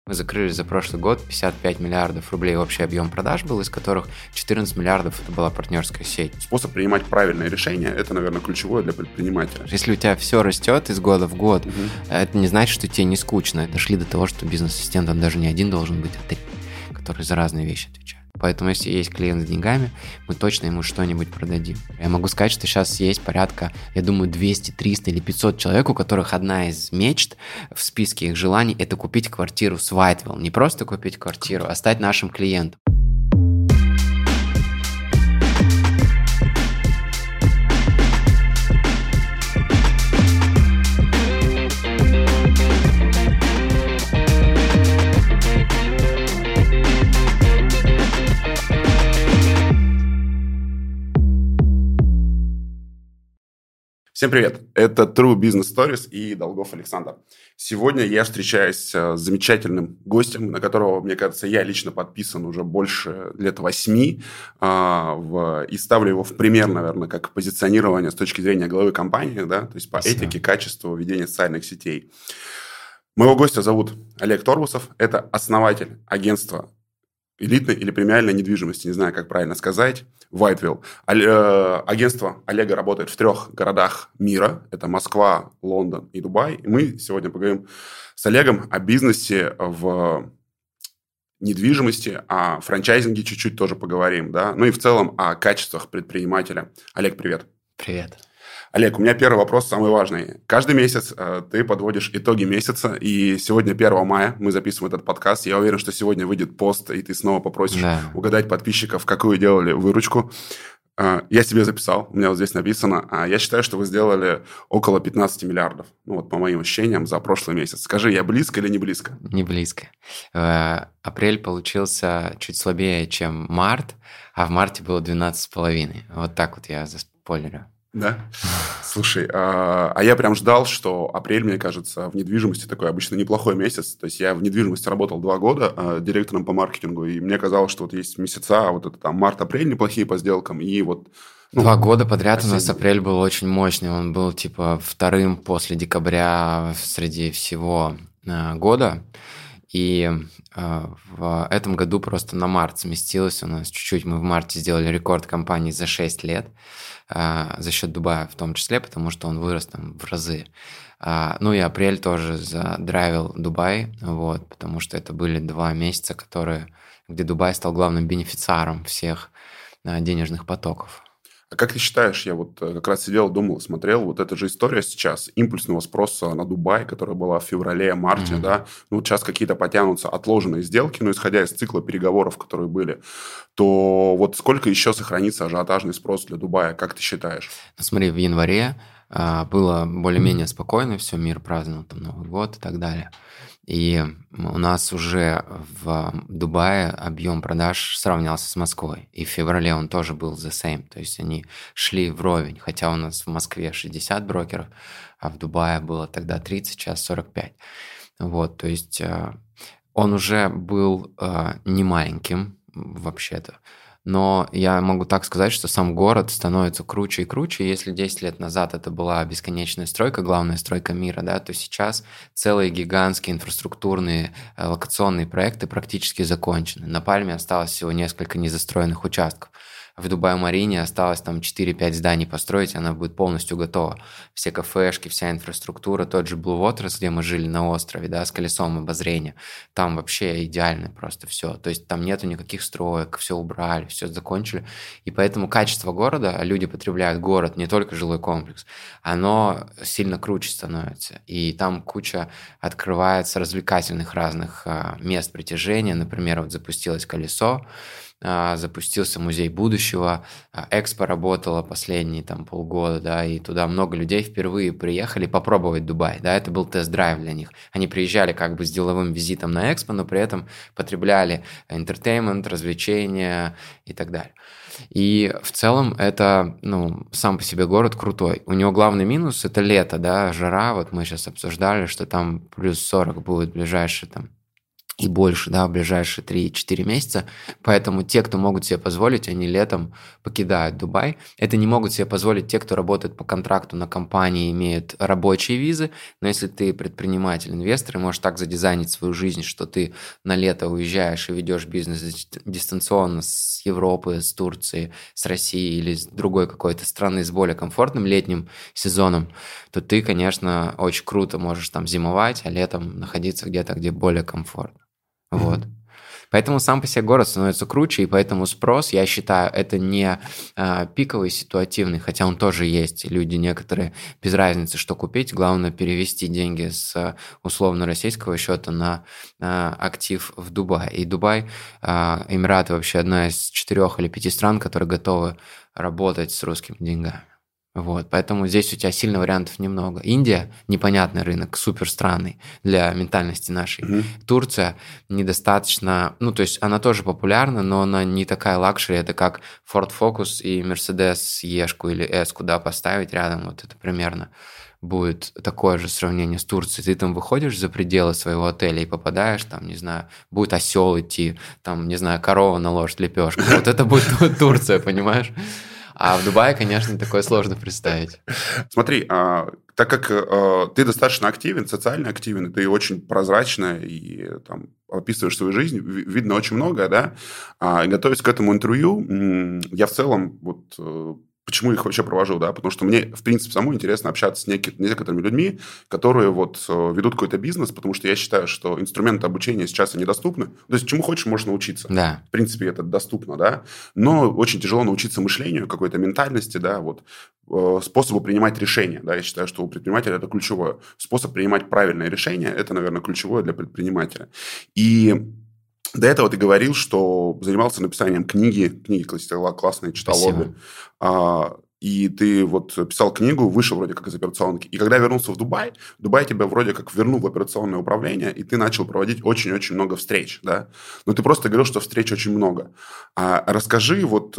Мы закрыли за прошлый год 55 миллиардов рублей общий объем продаж был, из которых 14 миллиардов это была партнерская сеть. Способ принимать правильные решения – это, наверное, ключевое для предпринимателя. Если у тебя все растет из года в год, это не значит, что тебе не скучно. Дошли до того, что бизнес-ассистент, он даже не один должен быть, а 3, которые за разные вещи отвечают. Поэтому, если есть клиент с деньгами, мы точно ему что-нибудь продадим. Я могу сказать, что сейчас есть порядка, я думаю, 200, 300 или 500 человек, у которых одна из мечт в списке их желаний – это купить квартиру с Whitewell. Не просто купить квартиру, а стать нашим клиентом. Всем привет! Это True Business Stories и Долгов Александр. Сегодня я встречаюсь с замечательным гостем, на которого, мне кажется, я лично подписан уже больше лет 8, и ставлю его в пример, наверное, как позиционирование с точки зрения главы компании, да, то есть по этике, качеству ведения социальных сетей. Моего гостя зовут Олег Торбусов, это основатель агентства элитной или премиальной недвижимости, не знаю, как правильно сказать, Whitewell. Агентство Олега работает в 3 городах мира. Это Москва, Лондон и Дубай. И мы сегодня поговорим с Олегом о бизнесе в недвижимости, о франчайзинге чуть-чуть тоже поговорим, да. Ну и в целом о качествах предпринимателя. Олег, привет. Привет. Олег, у меня первый вопрос, самый важный. Каждый месяц ты подводишь итоги месяца, и сегодня 1 мая мы записываем этот подкаст. Я уверен, что сегодня выйдет пост, и ты снова попросишь угадать подписчиков, какую делали выручку. Я себе записал, у меня вот здесь написано. Я считаю, что вы сделали около 15 миллиардов. Ну вот по моим ощущениям за прошлый месяц. Скажи, я близко или не близко? Не близко. Апрель получился чуть слабее, чем март, а в марте было 12,5. Вот так вот я заспойлерю. Да? Слушай, я прям ждал, что апрель, мне кажется, в недвижимости такой обычно неплохой месяц. То есть я в недвижимости работал 2 года директором по маркетингу, и мне казалось, что вот есть месяца, вот это там март-апрель неплохие по сделкам, и вот... 2 года подряд у нас апрель был очень мощный. Он был типа 2 после декабря среди всего года. И в этом году просто на март сместилось у нас чуть-чуть. Мы в марте сделали рекорд компании за 6 лет. За счет Дубая в том числе, потому что он вырос там в разы. Ну и апрель тоже задрайвил Дубай, вот, потому что это были 2 месяца, где Дубай стал главным бенефициаром всех денежных потоков. А как ты считаешь, я вот как раз сидел, думал, смотрел, вот эта же история сейчас импульсного спроса на Дубай, которая была в феврале-марте, да, ну вот сейчас какие-то потянутся отложенные сделки, но исходя из цикла переговоров, которые были, то вот сколько еще сохранится ажиотажный спрос для Дубая, как ты считаешь? Ну, смотри, в январе было более-менее спокойно, все, мир праздновал там Новый год и так далее. И у нас уже в Дубае объем продаж сравнялся с Москвой. И в феврале он тоже был the same. То есть они шли вровень. Хотя у нас в Москве 60 брокеров, а в Дубае было тогда 30, сейчас 45. Вот, то есть он уже был не маленьким вообще-то. Но я могу так сказать, что сам город становится круче и круче. Если 10 лет назад это была бесконечная стройка, главная стройка мира, да, то сейчас целые гигантские инфраструктурные локационные проекты практически закончены. На Пальме осталось всего несколько незастроенных участков. В Дубай-Марине осталось там 4-5 зданий построить, она будет полностью готова. Все кафешки, вся инфраструктура, тот же Blue Waters, где мы жили на острове, да, с колесом обозрения, там вообще идеально просто все. То есть там нету никаких строек, все убрали, все закончили. И поэтому качество города, а люди потребляют город, не только жилой комплекс, оно сильно круче становится. И там куча открывается развлекательных разных мест притяжения. Например, вот запустилось колесо, запустился музей будущего, Экспо работала последние там полгода, да, и туда много людей впервые приехали попробовать Дубай, да, это был тест-драйв для них. Они приезжали как бы с деловым визитом на Экспо, но при этом потребляли entertainment, развлечения и так далее. И в целом это, сам по себе город крутой. У него главный минус – это лето, да, жара. Вот мы сейчас обсуждали, что там плюс 40 будет в ближайшие там и больше, да, в ближайшие 3-4 месяца. Поэтому те, кто могут себе позволить, они летом покидают Дубай. Это не могут себе позволить те, кто работает по контракту на компании, имеют рабочие визы. Но если ты предприниматель, инвестор, и можешь так задизайнить свою жизнь, что ты на лето уезжаешь и ведешь бизнес дистанционно с Европы, с Турции, с России или с другой какой-то страны с более комфортным летним сезоном, то ты, конечно, очень круто можешь там зимовать, а летом находиться где-то, где более комфортно. Вот. Поэтому сам по себе город становится круче, и поэтому спрос, я считаю, это не пиковый, ситуативный, хотя он тоже есть. Люди некоторые без разницы, что купить, главное перевести деньги с условно российского счета на актив в Дубай. И Дубай, Эмираты вообще одна из 4 или 5 стран, которые готовы работать с русскими деньгами. Вот, поэтому здесь у тебя сильно вариантов немного. Индия – непонятный рынок, супер странный для ментальности нашей. Турция недостаточно, ну, то есть она тоже популярна, но она не такая лакшери, это как Ford Focus и Mercedes E-шку или S-ку, да, поставить рядом, вот это примерно будет такое же сравнение с Турцией. Ты там выходишь за пределы своего отеля и попадаешь, там, не знаю, будет осел идти, там, не знаю, корова на лошадь лепешку. Вот это будет Турция, понимаешь? А в Дубае, конечно, такое сложно представить. Смотри, так как ты достаточно активен, социально активен, и ты очень прозрачно и там описываешь свою жизнь, видно очень многое, да, и готовясь к этому интервью, я в целом вот... Почему их вообще провожу, да? Потому что мне, в принципе, самому интересно общаться с некоторыми людьми, которые вот ведут какой-то бизнес, потому что я считаю, что инструменты обучения сейчас они доступны. То есть, чему хочешь, можешь научиться. Да. В принципе, это доступно, да? Но очень тяжело научиться мышлению, какой-то ментальности, да, вот, способу принимать решения, да? Я считаю, что у предпринимателя это ключевое. Способ принимать правильные решения – это, наверное, ключевое для предпринимателя. И... До этого ты говорил, что занимался написанием книги. Книги классные, читал обе. И ты вот писал книгу, вышел вроде как из операционки. И когда вернулся в Дубай тебя вроде как вернул в операционное управление, и ты начал проводить очень-очень много встреч, да? Но ты просто говорил, что встреч очень много. Расскажи, вот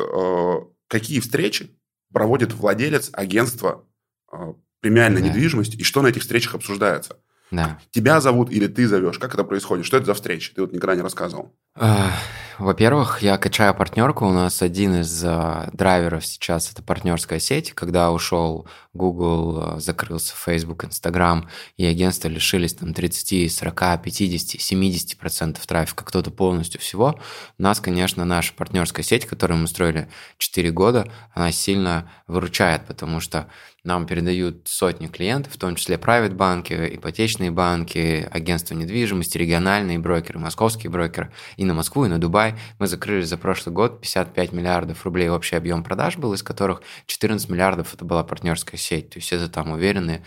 какие встречи проводит владелец агентства премиальной недвижимости, и что на этих встречах обсуждается? Да. Тебя зовут или ты зовешь? Как это происходит? Что это за встречи? Ты вот никогда не рассказывал. Во-первых, я качаю партнерку. У нас один из драйверов сейчас – это партнерская сеть. Когда ушел Google, закрылся Facebook, Instagram, и агентства лишились там 30, 40, 50, 70% трафика, кто-то полностью всего. Нас, конечно, наша партнерская сеть, которую мы строили 4 года, она сильно выручает, потому что нам передают сотни клиентов, в том числе private банки, ипотечные банки, агентства недвижимости, региональные брокеры, московские брокеры. И на Москву, и на Дубай. Мы закрыли за прошлый год 55 миллиардов рублей общий объем продаж был, из которых 14 миллиардов это была партнерская сеть. То есть это там уверенные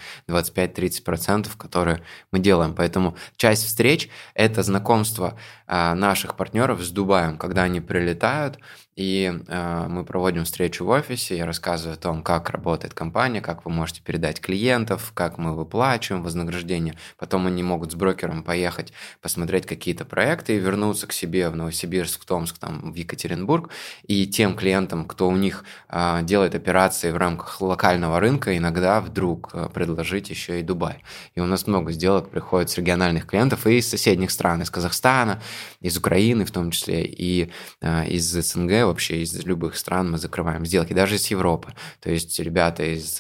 25-30%, которые мы делаем. Поэтому часть встреч – это знакомство наших партнеров с Дубаем, когда они прилетают, и мы проводим встречу в офисе, я рассказываю о том, как работает компания, как вы можете передать клиентов, как мы выплачиваем вознаграждение. Потом они могут с брокером поехать посмотреть какие-то проекты и вернуться к себе в Новосибирск, в Томск, там, в Екатеринбург. И тем клиентам, кто у них делает операции в рамках локального рынка, иногда вдруг предложить еще и Дубай. И у нас много сделок приходит с региональных клиентов и из соседних стран, из Казахстана, из Украины в том числе, и из СНГ, вообще из любых стран мы закрываем сделки, даже из Европы. То есть ребята из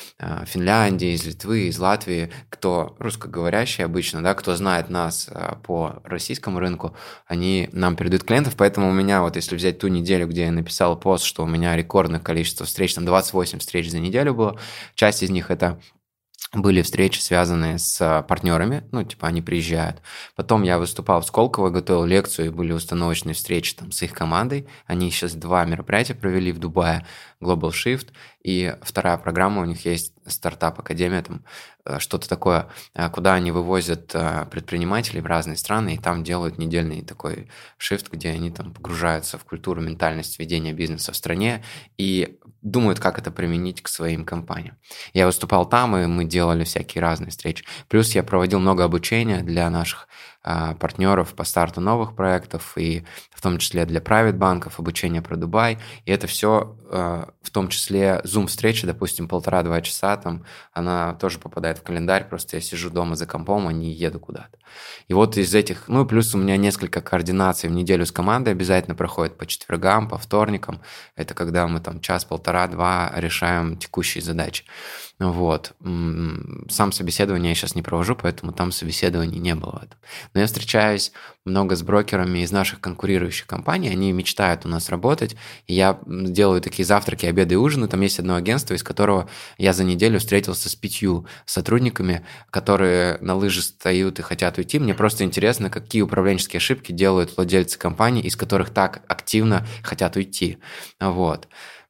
Финляндии, из Литвы, из Латвии, кто русскоговорящий обычно, да, кто знает нас по российскому рынку, они нам передают клиентов, поэтому у меня, вот если взять ту неделю, где я написал пост, что у меня рекордное количество встреч, там 28 встреч за неделю было, часть из них это были встречи, связанные с партнерами, ну, типа, они приезжают. Потом я выступал в Сколково, готовил лекцию, и были установочные встречи там с их командой. Они сейчас 2 мероприятия провели в Дубае, Global Shift, и вторая программа у них есть, стартап-академия, там что-то такое, куда они вывозят предпринимателей в разные страны, и там делают недельный такой шифт, где они там погружаются в культуру, ментальность ведения бизнеса в стране и думают, как это применить к своим компаниям. Я выступал там, и мы делали всякие разные встречи. Плюс я проводил много обучения для наших партнеров по старту новых проектов, и в том числе для private банков, обучение про Дубай. И это все, в том числе Zoom-встреча, допустим, 1,5-2 часа, там, она тоже попадает в календарь, просто я сижу дома за компом, а не еду куда-то. И вот из этих, ну, плюс у меня несколько координаций в неделю с командой обязательно проходит по четвергам, по вторникам. Это когда мы там час, 1,5-2 решаем текущие задачи. Вот. Сам собеседование я сейчас не провожу, поэтому там собеседований не было в этом. Но я встречаюсь много с брокерами из наших конкурирующих компаний, они мечтают у нас работать, и я делаю такие завтраки, обеды и ужины. Там есть одно агентство, из которого я за неделю встретился с 5 сотрудниками, которые на лыжи стоят и хотят уйти. Мне просто интересно, какие управленческие ошибки делают владельцы компаний, из которых так активно хотят уйти. Вот.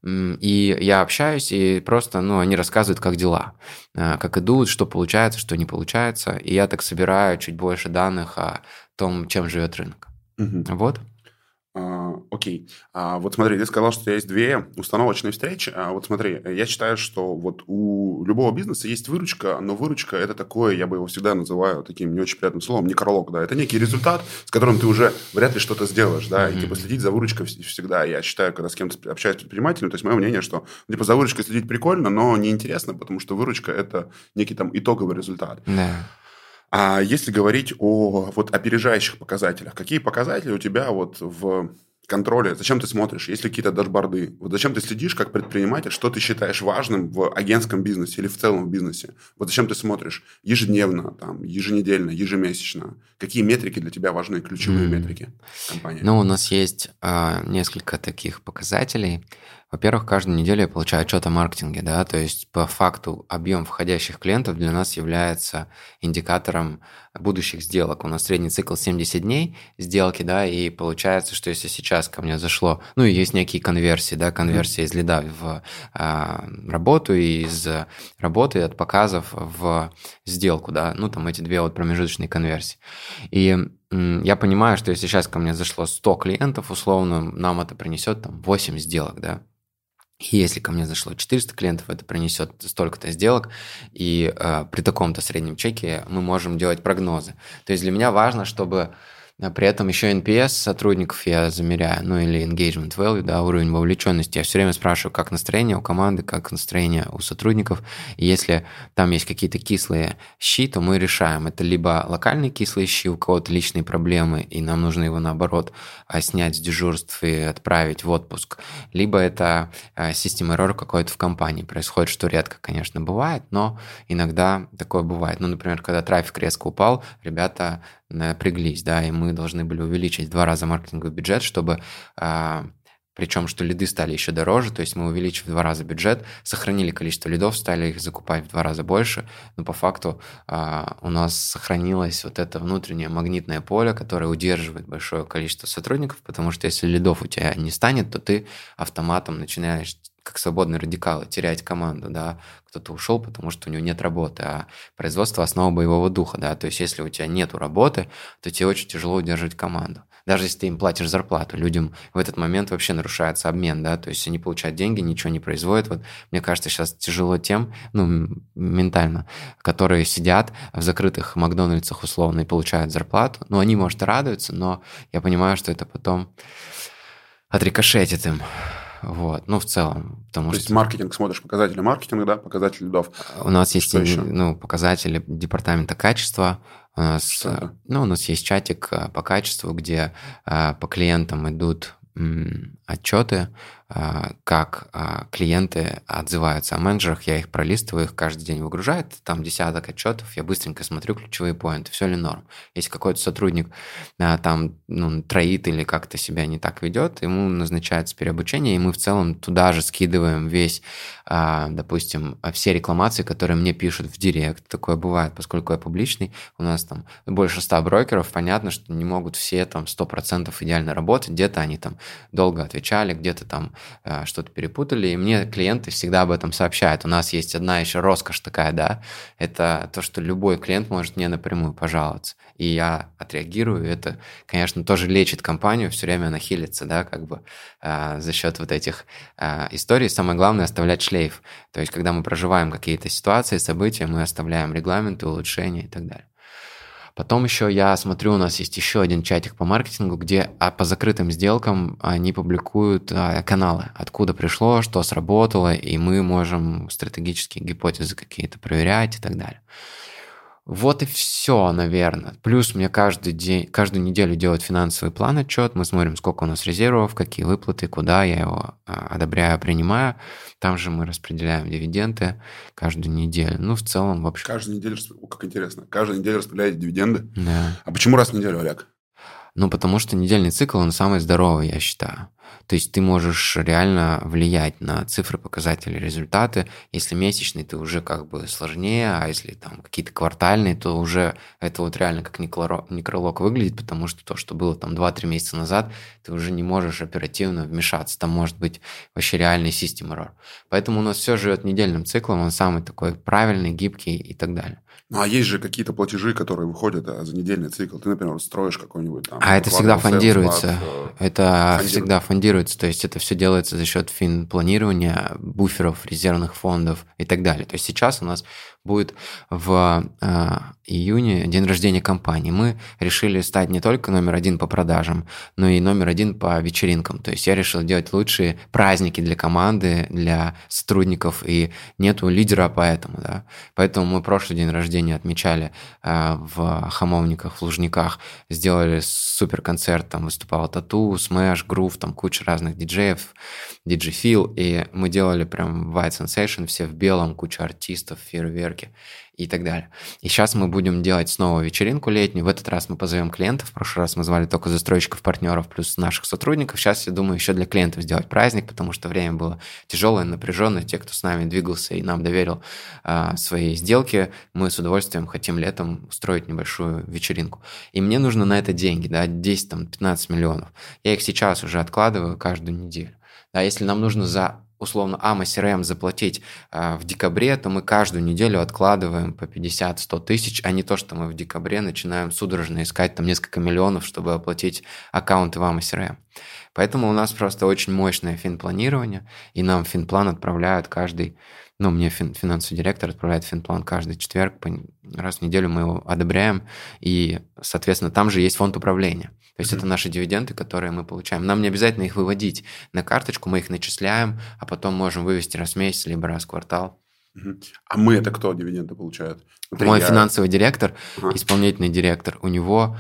И я общаюсь, и просто, они рассказывают, как дела, как идут, что получается, что не получается. И я так собираю чуть больше данных о том, чем живет рынок. Угу. Вот. Окей. Вот смотри, ты сказал, что у тебя есть 2 установочные встречи. Вот смотри, я считаю, что вот у любого бизнеса есть выручка, но выручка – это такое, я бы его всегда называю таким не очень приятным словом, некролог, да. Это некий результат, с которым ты уже вряд ли что-то сделаешь, да, и типа следить за выручкой всегда. Я считаю, когда с кем-то общаюсь с предпринимателем, то есть мое мнение, что типа за выручкой следить прикольно, но неинтересно, потому что выручка – это некий там итоговый результат. Да. А если говорить о вот опережающих показателях, какие показатели у тебя вот в контроле? Зачем ты смотришь? Есть ли какие-то дашборды? Вот зачем ты следишь как предприниматель? Что ты считаешь важным в агентском бизнесе или в целом в бизнесе? Вот зачем ты смотришь ежедневно, там, еженедельно, ежемесячно? Какие метрики для тебя важны, ключевые метрики компании? У нас есть несколько таких показателей. Во-первых, каждую неделю я получаю отчет о маркетинге, да, то есть по факту объем входящих клиентов для нас является индикатором будущих сделок. У нас средний цикл 70 дней сделки, да, и получается, что если сейчас ко мне зашло, и есть некие конверсии, да, конверсия из лида в работу и из работы от показов в сделку, да, там эти 2 вот промежуточные конверсии. И я понимаю, что если сейчас ко мне зашло 100 клиентов, условно, нам это принесет там 8 сделок, да. И если ко мне зашло 400 клиентов, это принесет столько-то сделок, и при таком-то среднем чеке мы можем делать прогнозы. То есть для меня важно, чтобы при этом еще NPS сотрудников я замеряю, или engagement value, да, уровень вовлеченности. Я все время спрашиваю, как настроение у команды, как настроение у сотрудников. И если там есть какие-то кислые щи, то мы решаем. Это либо локальные кислые щи, у кого-то личные проблемы, и нам нужно его, наоборот, снять с дежурств и отправить в отпуск. Либо это system error какой-то в компании происходит, что редко, конечно, бывает, но иногда такое бывает. Например, когда трафик резко упал, ребята напряглись, да, и мы должны были увеличить в 2 раза маркетинговый бюджет, чтобы, причем, что лиды стали еще дороже, то есть мы увеличив в 2 раза бюджет, сохранили количество лидов, стали их закупать в 2 раза больше, но по факту у нас сохранилось вот это внутреннее магнитное поле, которое удерживает большое количество сотрудников, потому что если лидов у тебя не станет, то ты автоматом начинаешь как свободные радикалы, терять команду, да, кто-то ушел, потому что у него нет работы, а производство – основа боевого духа, да, то есть если у тебя нету работы, то тебе очень тяжело удерживать команду. Даже если ты им платишь зарплату, людям в этот момент вообще нарушается обмен, да, то есть они получают деньги, ничего не производят. Вот мне кажется, сейчас тяжело тем, ментально, которые сидят в закрытых Макдональдсах условно и получают зарплату. Они, может, и радуются, но я понимаю, что это потом отрикошетит им. Вот, в целом. То есть маркетинг, смотришь показатели маркетинга, да, показатели лидов. У нас есть показатели департамента качества. У нас есть чатик по качеству, где по клиентам идут отчеты, как клиенты отзываются о менеджерах, я их пролистываю, их каждый день выгружают, там десяток отчетов, я быстренько смотрю ключевые поинты, все ли норм. Если какой-то сотрудник там троит или как-то себя не так ведет, ему назначается переобучение, и мы в целом туда же скидываем весь, допустим, все рекламации, которые мне пишут в директ. Такое бывает, поскольку я публичный, у нас там больше 100 брокеров, понятно, что не могут все там 100% идеально работать, где-то они там долго отвечали, где-то там что-то перепутали, и мне клиенты всегда об этом сообщают. У нас есть одна еще роскошь такая, да, это то, что любой клиент может мне напрямую пожаловаться, и я отреагирую, это, конечно, тоже лечит компанию, все время она хилится, да, как бы за счет вот этих историй. Самое главное — оставлять шлейф, то есть когда мы проживаем какие-то ситуации, события, мы оставляем регламенты, улучшения и так далее. Потом еще я смотрю, у нас есть еще один чатик по маркетингу, где по закрытым сделкам они публикуют каналы, откуда пришло, что сработало, и мы можем стратегические гипотезы какие-то проверять и так далее. Вот и все, наверное. Плюс мне каждую неделю делать финансовый план, отчет. Мы смотрим, сколько у нас резервов, какие выплаты, куда я его одобряю, принимаю. Там же мы распределяем дивиденды каждую неделю. Ну, в целом, в общем. Каждую неделю, как интересно, каждую неделю распределяете дивиденды? Да. А почему раз в неделю, Олег? Ну, потому что недельный цикл, он самый здоровый, я считаю. То есть ты можешь реально влиять на цифры, показатели, результаты. Если месячный, ты уже как бы сложнее, а если там какие-то квартальные, то уже это вот реально как некролог выглядит, потому что то, что было там 2-3 месяца назад, ты уже не можешь оперативно вмешаться. Там может быть вообще реальный system error. Поэтому у нас все живет недельным циклом, он самый такой правильный, гибкий и так далее. Ну, а есть же какие-то платежи, которые выходят за недельный цикл. Ты, например, строишь какой-нибудь там... А это всегда фондируется. Это всегда фондируется. То есть это все делается за счет финпланирования, буферов, резервных фондов и так далее. То есть сейчас у нас будет в июне день рождения компании. Мы решили стать не только номер один по продажам, но и номер один по вечеринкам. То есть я решил делать лучшие праздники для команды, для сотрудников, и нету лидера поэтому. Да? Поэтому мы прошлый день рождения отмечали в Хамовниках, в Лужниках, сделали супер концерт, там выступал Тату, Smash, Groove, там куча разных диджеев, DJ Phil, и мы делали прям White Sensation, все в белом, куча артистов, фейерверки и так далее. И сейчас мы будем делать снова вечеринку летнюю. В этот раз мы позовем клиентов. В прошлый раз мы звали только застройщиков, партнеров плюс наших сотрудников. Сейчас, я думаю, еще для клиентов сделать праздник, потому что время было тяжелое, напряженное. Те, кто с нами двигался и нам доверил свои сделки, мы с удовольствием хотим летом устроить небольшую вечеринку. И мне нужно на это деньги, да, 10-15 миллионов. Я их сейчас уже откладываю каждую неделю. Да, если нам нужно за условно AMA CRM заплатить в декабре, то мы каждую неделю откладываем по 50-100 тысяч, а не то, что мы в декабре начинаем судорожно искать там несколько миллионов, чтобы оплатить аккаунты в AMA CRM. Поэтому у нас просто очень мощное финпланирование, и нам финплан отправляют каждый, мне финансовый директор отправляет финплан каждый четверг, раз в неделю мы его одобряем, и, соответственно, там же есть фонд управления. То есть это наши дивиденды, которые мы получаем. Нам не обязательно их выводить на карточку, мы их начисляем, а потом можем вывести раз в месяц, либо раз в квартал. А мы это кто дивиденды получают? Мой финансовый директор, исполнительный директор, у него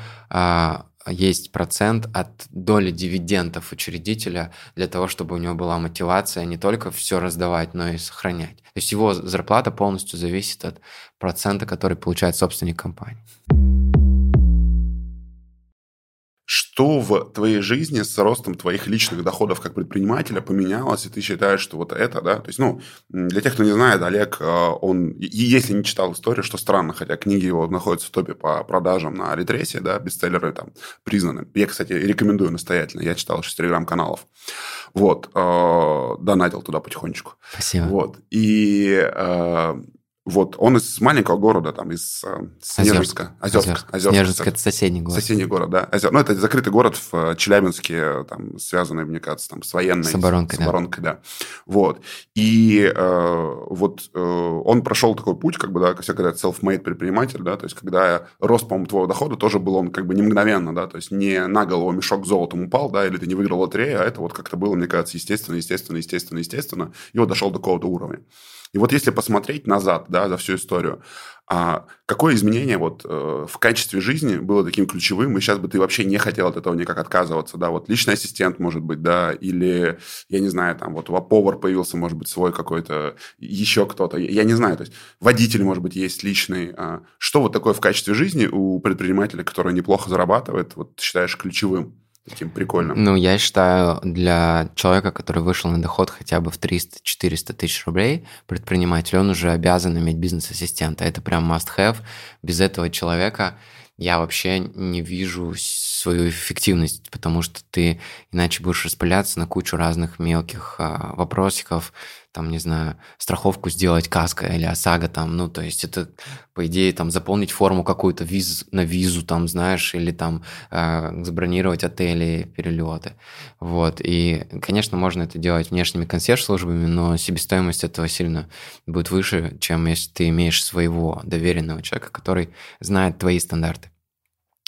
есть процент от доли дивидендов учредителя для того, чтобы у него была мотивация не только все раздавать, но и сохранять. То есть его зарплата полностью зависит от процента, который получает собственник компании. Что в твоей жизни с ростом твоих личных доходов как предпринимателя поменялось, и ты считаешь, что вот это, да? То есть, для тех, кто не знает, Олег, он, и если не читал историю, что странно, хотя книги его находятся в топе по продажам на Литресе, да, бестселлеры там признаны. Я, кстати, рекомендую настоятельно, я читал еще с телеграм-каналов. Вот, донатил туда потихонечку. Спасибо. Вот, и... Вот, он из маленького города, там, из Снежинска. Озерск. Снежинск – это соседний город. Соседний город, да. Это закрытый город в Челябинске, там, связанный, мне кажется, там, с военной. С оборонкой, да. Вот. И он прошел такой путь, как бы, да, все говорят, self-made предприниматель, да, то есть, когда рост, по-моему, твоего дохода тоже был он как бы не мгновенно, да, то есть, не на голову мешок золотом упал, да, или ты не выиграл лотерею, а это вот как-то было, мне кажется, естественно, и вот дошел до какого-то уровня. И вот если посмотреть назад, да, за всю историю, какое изменение вот в качестве жизни было таким ключевым, и сейчас бы ты вообще не хотел от этого никак отказываться, да, вот личный ассистент, может быть, да, или, я не знаю, там вот повар появился, может быть, свой какой-то, еще кто-то, я не знаю, то есть водитель, может быть, есть личный. Что вот такое в качестве жизни у предпринимателя, который неплохо зарабатывает, вот ты считаешь ключевым? Таким прикольным. Я считаю, для человека, который вышел на доход хотя бы в 300-400 тысяч рублей, предприниматель, он уже обязан иметь бизнес-ассистента. Это прям must-have. Без этого человека я вообще не вижу свою эффективность, потому что ты иначе будешь распыляться на кучу разных мелких вопросиков, там, не знаю, страховку сделать, каска или ОСАГО, там, то есть это, по идее, там, заполнить форму какую-то на визу, там, знаешь, или там забронировать отели, перелеты, вот, и, конечно, можно это делать внешними консьерж-службами, но себестоимость этого сильно будет выше, чем если ты имеешь своего доверенного человека, который знает твои стандарты.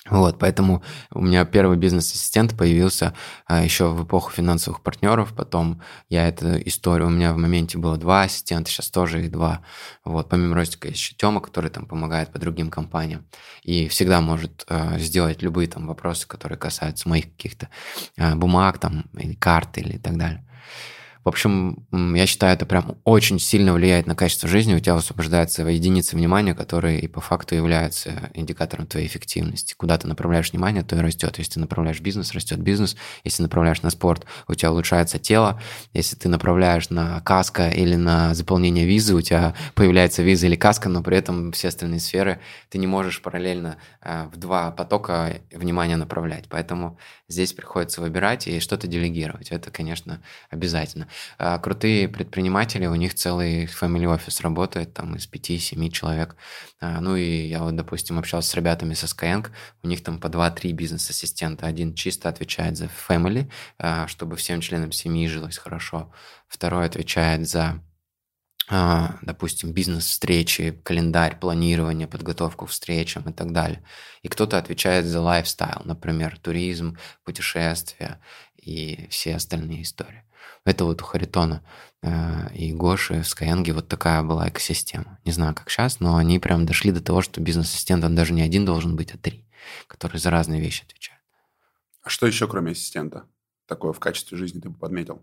Вот, поэтому у меня первый бизнес-ассистент появился еще в эпоху финансовых партнеров. Потом я эту историю... У меня в моменте было 2 ассистента, сейчас тоже их 2. Вот, помимо Ростика есть еще Тёма, который там помогает по другим компаниям. И всегда может сделать любые там вопросы, которые касаются моих каких-то бумаг там, или карт, или так далее. В общем, я считаю, это прям очень сильно влияет на качество жизни. У тебя высвобождаются единицы внимания, которые и по факту являются индикатором твоей эффективности. Куда ты направляешь внимание, то и растет. Если ты направляешь в бизнес, растет бизнес. Если направляешь на спорт, у тебя улучшается тело. Если ты направляешь на каско или на заполнение визы, у тебя появляется виза или каска, но при этом все остальные сферы ты не можешь параллельно в 2 потока внимания направлять. Поэтому здесь приходится выбирать и что-то делегировать. Это, конечно, обязательно. Крутые предприниматели, у них целый family office работает, там из 5-7 человек. Ну и я вот, допустим, общался с ребятами со Skyeng, у них там по 2-3 бизнес-ассистента. Один чисто отвечает за family, чтобы всем членам семьи жилось хорошо. Второй отвечает за, допустим, бизнес-встречи, календарь, планирование, подготовку к встречам и так далее. И кто-то отвечает за лайфстайл, например, туризм, путешествия и все остальные истории. Это вот у Харитона и Гоши в Skyeng вот такая была экосистема. Не знаю, как сейчас, но они прям дошли до того, что бизнес-ассистент, он даже не один должен быть, а 3, которые за разные вещи отвечают. А что еще, кроме ассистента, такое в качестве жизни ты бы подметил?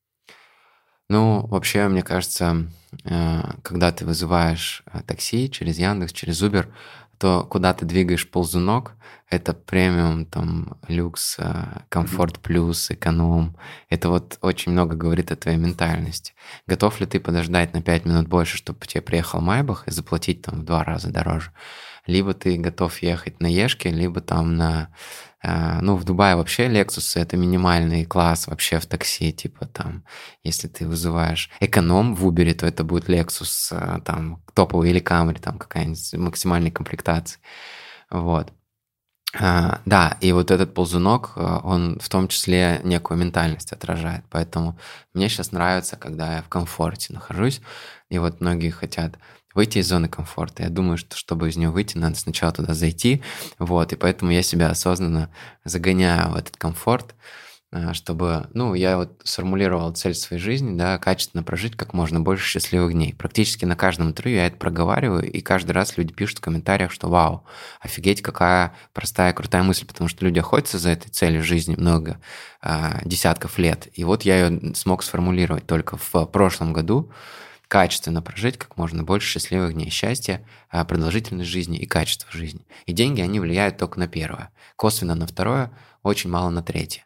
Ну, вообще, мне кажется, когда ты вызываешь такси через Яндекс, через Uber, то куда ты двигаешь ползунок, это премиум, там, люкс, комфорт плюс, эконом. Это вот очень много говорит о твоей ментальности. Готов ли ты подождать на 5 минут больше, чтобы тебе приехал Майбах и заплатить там в 2 раза дороже? Либо ты готов ехать на Ешке, либо там на... Ну, в Дубае вообще Lexus — это минимальный класс вообще в такси. Типа там, если ты вызываешь эконом в Uber, то это будет Lexus, там, топовый или Camry, там какая-нибудь максимальной комплектации. Вот. Да, и вот этот ползунок, он в том числе некую ментальность отражает. Поэтому мне сейчас нравится, когда я в комфорте нахожусь. И вот многие хотят выйти из зоны комфорта. Я думаю, что чтобы из нее выйти, надо сначала туда зайти. Вот, и поэтому я себя осознанно загоняю в этот комфорт, чтобы, ну, я вот сформулировал цель своей жизни, да, качественно прожить как можно больше счастливых дней. Практически на каждом интервью я это проговариваю, и каждый раз люди пишут в комментариях, что вау, офигеть, какая простая, крутая мысль, потому что люди охотятся за этой целью жизни много десятков лет. И вот я ее смог сформулировать только в прошлом году. Качественно прожить как можно больше счастливых дней. Счастья, продолжительность жизни и качество жизни. И деньги, они влияют только на первое. Косвенно на второе, очень мало на третье.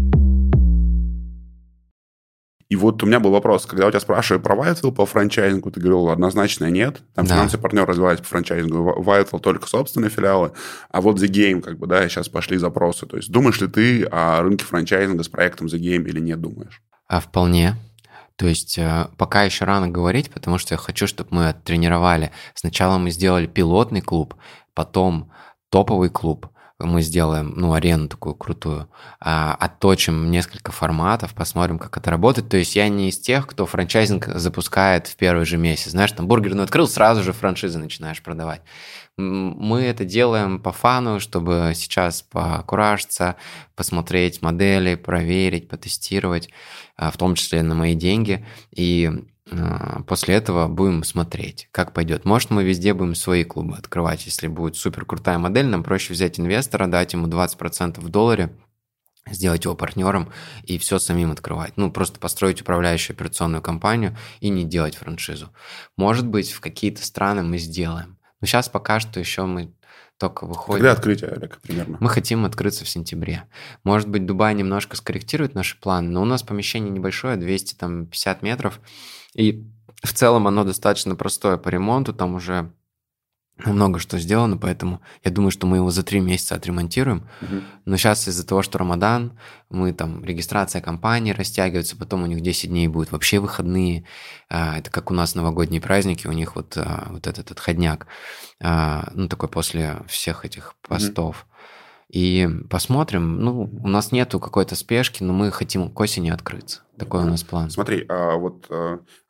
И вот у меня был вопрос, когда у тебя спрашивали про Vital по франчайзингу, ты говорил, однозначно нет. Там Да. финансовый партнер развивается по франчайзингу, Vital только собственные филиалы, а вот The Game, как бы, да, сейчас пошли запросы. То есть думаешь ли ты о рынке франчайзинга с проектом The Game или нет думаешь? Вполне. То есть пока еще рано говорить, потому что я хочу, чтобы мы оттренировали. Сначала мы сделали пилотный клуб, потом топовый клуб. Мы сделаем, ну, арену такую крутую, отточим несколько форматов, посмотрим, как это работает. То есть я не из тех, кто франчайзинг запускает в первый же месяц. Знаешь, там бургерную открыл, сразу же франшизы начинаешь продавать. Мы это делаем по фану, чтобы сейчас покуражиться, посмотреть модели, проверить, потестировать, в том числе на мои деньги. И после этого будем смотреть, как пойдет. Может, мы везде будем свои клубы открывать. Если будет супер крутая модель, нам проще взять инвестора, дать ему 20% в долларе, сделать его партнером и все самим открывать. Ну, просто построить управляющую операционную компанию и не делать франшизу. Может быть, в какие-то страны мы сделаем. Но сейчас пока что еще мы только выходим. Когда открытие, Олег, примерно? Мы хотим открыться в сентябре. Может быть, Дубай немножко скорректирует наши планы, но у нас помещение небольшое, 250 метров. И в целом оно достаточно простое по ремонту, там уже много что сделано, поэтому я думаю, что мы его за 3 месяца отремонтируем. Но сейчас из-за того, что Рамадан, мы там, регистрация компании растягивается, потом у них 10 дней будет вообще выходные. Это как у нас новогодние праздники, у них вот этот отходняк, ну, такой после всех этих постов. И посмотрим. Ну, у нас нету какой-то спешки, но мы хотим к осени открыться. Такой у нас план. Смотри, вот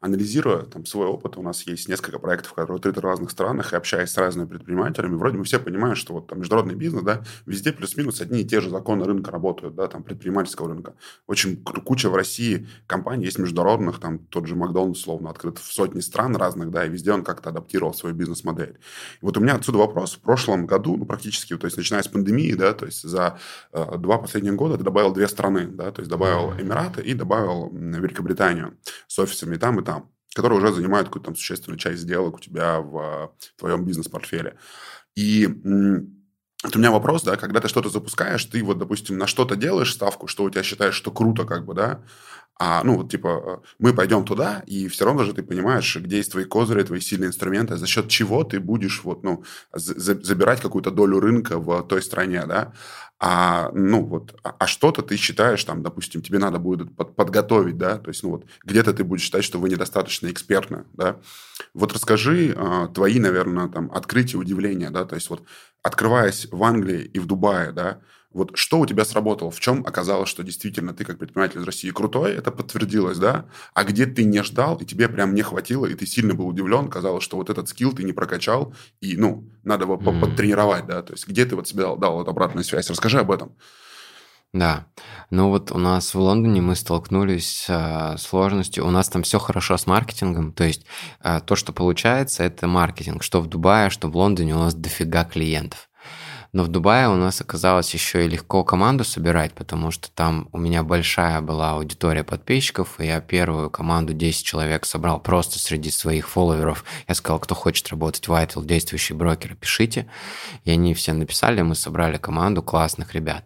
анализируя там свой опыт, у нас есть несколько проектов, которые открыты в разных странах, и общаясь с разными предпринимателями, вроде мы все понимаем, что вот там международный бизнес, да, везде плюс-минус одни и те же законы рынка работают, да, там предпринимательского рынка. Очень куча в России компаний есть международных, там тот же Макдональдс, словно, открыт в сотни стран разных, да, и везде он как-то адаптировал свою бизнес-модель. И вот у меня отсюда вопрос. В прошлом году, ну, практически, то есть, начиная с пандемии, да, то есть, за 2 последних года ты добавил 2 страны, да, то есть, добавил Эмираты и добавил Великобританию с офисами и там, которые уже занимают какую-то там существенную часть сделок у тебя в твоем бизнес-портфеле. И вот у меня вопрос, да, когда ты что-то запускаешь, ты вот, допустим, на что-то делаешь ставку, что у тебя считаешь, что круто, как бы, да, ну, вот, типа, мы пойдем туда, и все равно же ты понимаешь, где есть твои козыри, твои сильные инструменты, за счет чего ты будешь, вот, ну, забирать какую-то долю рынка в той стране, да, ну, вот, что-то ты считаешь, там, допустим, тебе надо будет подготовить, да, то есть, ну, вот, где-то ты будешь считать, что вы недостаточно экспертны, да. Вот расскажи твои, наверное, там, открытия, удивления, да, то есть, вот, открываясь в Англии и в Дубае, да, вот что у тебя сработало? В чем оказалось, что действительно ты как предприниматель из России крутой, это подтвердилось, да? А где ты не ждал, и тебе прям не хватило, и ты сильно был удивлен, казалось, что вот этот скилл ты не прокачал, и, ну, надо его подтренировать, да? То есть где ты вот себе дал вот обратную связь? Расскажи об этом. Да, ну вот у нас в Лондоне мы столкнулись с сложностью. У нас там все хорошо с маркетингом, то есть то, что получается, это маркетинг. Что в Дубае, что в Лондоне у нас дофига клиентов. Но в Дубае у нас оказалось еще и легко команду собирать, потому что там у меня большая была аудитория подписчиков, и я первую команду 10 человек собрал просто среди своих фолловеров. Я сказал, кто хочет работать в Vital, действующий брокер, пишите. И они все написали, мы собрали команду классных ребят.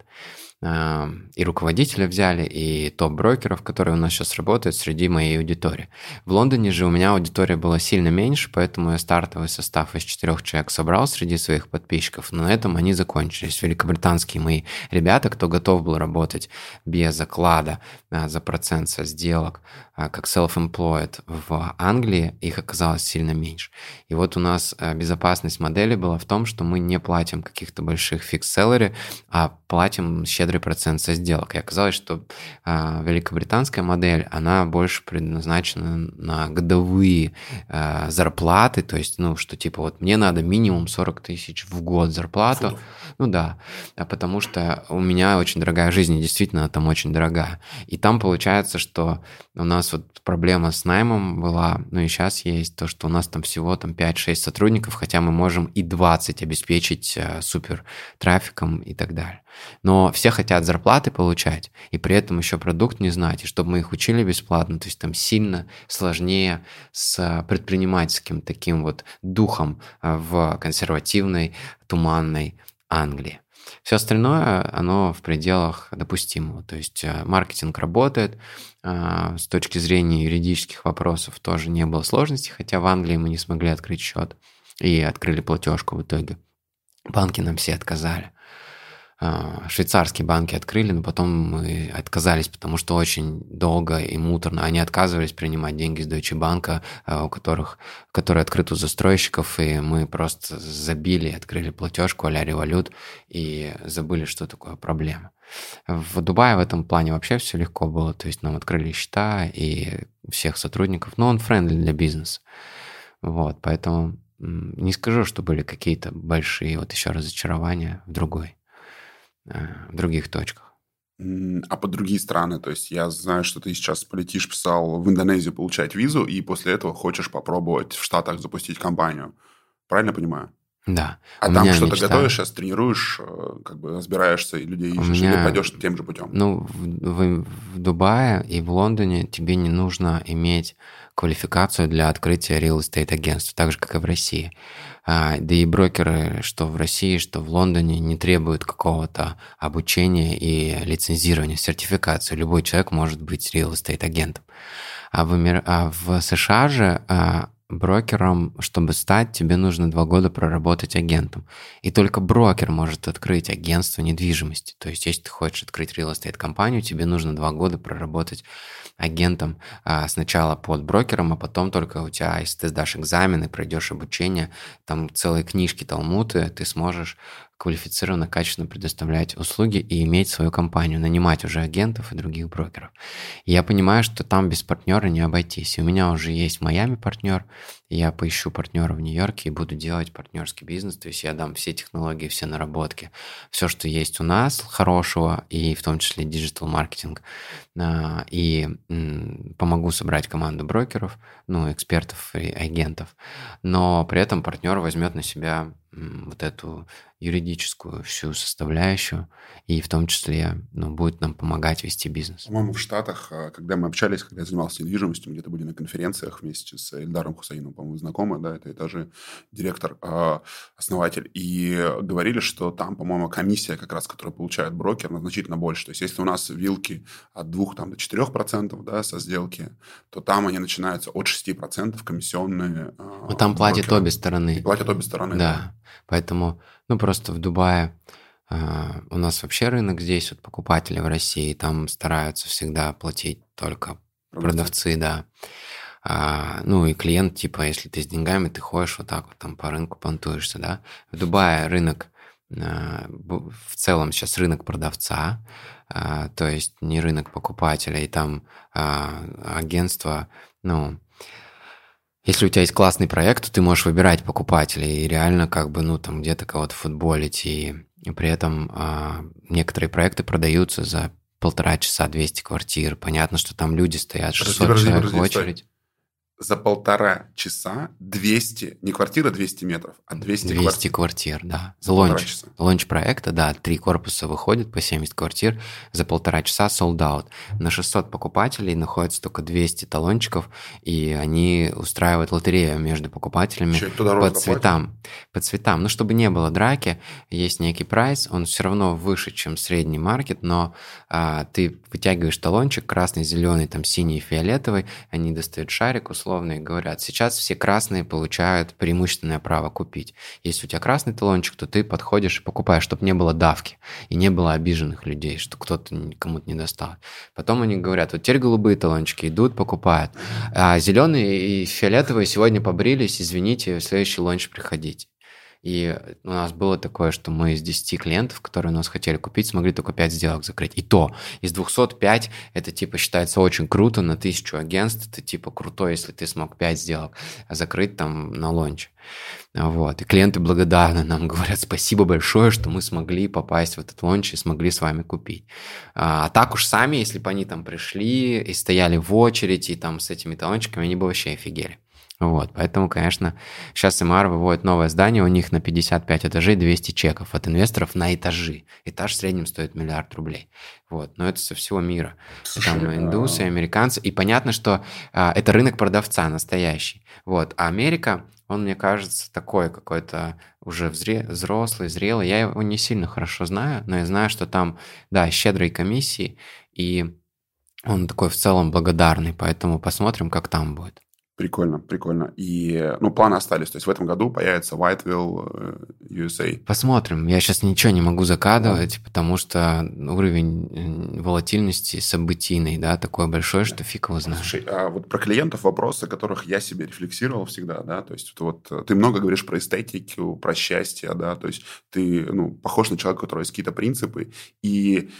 И руководителя взяли, и топ-брокеров, которые у нас сейчас работают среди моей аудитории. В Лондоне же у меня аудитория была сильно меньше, поэтому я стартовый состав из 4 человек собрал среди своих подписчиков, но на этом они закончились. Великобританские мои ребята, кто готов был работать без оклада за процент со сделок, как self-employed в Англии, их оказалось сильно меньше. И вот у нас безопасность модели была в том, что мы не платим каких-то больших фикс-селлери, а платим щедрый процент со сделок. И оказалось, что великобританская модель, она больше предназначена на годовые зарплаты, то есть, ну, что типа вот мне надо минимум 40 тысяч в год зарплату. Футов. Ну да, потому что у меня очень дорогая жизнь, и действительно там очень дорогая. И там получается, что у нас вот проблема с наймом была, ну и сейчас есть, то, что у нас там всего там 5-6 сотрудников, хотя мы можем и 20 обеспечить супер трафиком и так далее. Но все хотят зарплаты получать, и при этом еще продукт не знать, и чтобы мы их учили бесплатно, то есть там сильно сложнее с предпринимательским таким вот духом в консервативной, туманной Англии. Все остальное, оно в пределах допустимого. То есть маркетинг работает, с точки зрения юридических вопросов тоже не было сложностей, хотя в Англии мы не смогли открыть счет и открыли платежку в итоге. Банки нам все отказали. Швейцарские банки открыли, но потом мы отказались, потому что очень долго и муторно. Они отказывались принимать деньги из Deutsche Bank, которые открыты у застройщиков, и мы просто забили, открыли платежку а-ля Revolut и забыли, что такое проблема. В Дубае в этом плане вообще все легко было, то есть нам открыли счета и всех сотрудников, но он френдли для бизнеса. Вот, поэтому не скажу, что были какие-то большие вот еще разочарования в других точках. А по другие страны, то есть я знаю, что ты сейчас полетишь, писал, в Индонезию получать визу, и после этого хочешь попробовать в Штатах запустить компанию. Правильно понимаю? Да. А там что-то готовишь, сейчас тренируешь, как бы разбираешься, и людей ищешь, или пойдешь тем же путем? Ну, в Дубае и в Лондоне тебе не нужно иметь квалификацию для открытия real estate агентства, так же, как и в России. Да и брокеры, что в России, что в Лондоне, не требуют какого-то обучения и лицензирования, сертификации. Любой человек может быть real estate агентом. А в США же брокером, чтобы стать, тебе нужно 2 года проработать агентом. И только брокер может открыть агентство недвижимости. То есть, если ты хочешь открыть real estate компанию, тебе нужно 2 года проработать агентом сначала под брокером, а потом только у тебя, если ты сдашь экзамены, пройдешь обучение, там целые книжки, талмуды, ты сможешь квалифицированно, качественно предоставлять услуги и иметь свою компанию, нанимать уже агентов и других брокеров. И я понимаю, что там без партнера не обойтись. И у меня уже есть в Майами партнер, и я поищу партнера в Нью-Йорке и буду делать партнерский бизнес, то есть я дам все технологии, все наработки, все, что есть у нас хорошего, и в том числе диджитал-маркетинг, и помогу собрать команду брокеров, экспертов и агентов, но при этом партнер возьмет на себя вот эту юридическую всю составляющую и в том числе будет нам помогать вести бизнес. По-моему, в Штатах, когда мы общались, когда я занимался недвижимостью, где-то были на конференциях вместе с Эльдаром Хусаиновым, по-моему, знакомы, да, это тоже директор, основатель, и говорили, что там, по-моему, комиссия как раз, которую получает брокер, значительно больше. То есть, если у нас вилки от 2 до 4%, да, со сделки, то там они начинаются от 6% комиссионные. Но там платят обе стороны. И платят обе стороны. Да. Поэтому, просто в Дубае у нас вообще рынок здесь, вот покупатели в России, там стараются всегда платить только продавцы, да. И клиент, типа, если ты с деньгами, ты ходишь вот так вот там по рынку понтуешься, да. В Дубае рынок, в целом сейчас рынок продавца, то есть не рынок покупателя, и там агентство, если у тебя есть классный проект, то ты можешь выбирать покупателей и реально там где-то кого-то футболить. И при этом некоторые проекты продаются за 1,5 часа 200 квартир. Понятно, что там люди стоят, 600 человек в очередь. За 1,5 часа 200, не квартира 200 метров, а 200 квартир, да. Лонч проекта, да, 3 корпуса выходят по 70 квартир, за 1,5 часа sold out. На 600 покупателей находится только 200 талончиков, и они устраивают лотерею между покупателями по цветам. По цветам. Чтобы не было драки, есть некий прайс, он все равно выше, чем средний маркет, но ты вытягиваешь талончик, красный, зеленый, там синий, фиолетовый, они достают шарик, условно, и говорят, сейчас все красные получают преимущественное право купить. Если у тебя красный талончик, то ты подходишь и покупаешь, чтобы не было давки и не было обиженных людей, что кто-то кому-то не достал. Потом они говорят, вот теперь голубые талончики идут, покупают. А зеленые и фиолетовые сегодня побрились, извините, в следующий лонч приходите. И у нас было такое, что мы из 10 клиентов, которые у нас хотели купить, смогли только 5 сделок закрыть. И то, из 205 это считается очень круто, на 1000 агентств ты крутой, если ты смог 5 сделок закрыть там на лонче. Вот. И клиенты благодарны нам, говорят, спасибо большое, что мы смогли попасть в этот лонч и смогли с вами купить. А так уж сами, если бы они там пришли и стояли в очереди и там с этими талончиками, они бы вообще офигели. Вот, поэтому, конечно, сейчас МР выводит новое здание, у них на 55 этажей 200 чеков от инвесторов на этажи. Этаж в среднем стоит $1 миллиард. Вот, но это со всего мира. Слушай, там индусы, американцы. И понятно, что это рынок продавца настоящий. Вот, а Америка, он, мне кажется, такой какой-то уже взрослый, зрелый. Я его не сильно хорошо знаю, но я знаю, что там, да, щедрые комиссии, и он такой в целом благодарный, поэтому посмотрим, как там будет. Прикольно, прикольно. И, планы остались. То есть в этом году появится Whiteville, USA. Посмотрим. Я сейчас ничего не могу закадывать, потому что уровень волатильности событийный, да, такой большой, что фиг его знает. Слушай, а вот про клиентов вопросы, о которых я себе рефлексировал всегда, да, то есть вот ты много говоришь про эстетику, про счастье, да, то есть ты, похож на человека, у которого есть какие-то принципы, и,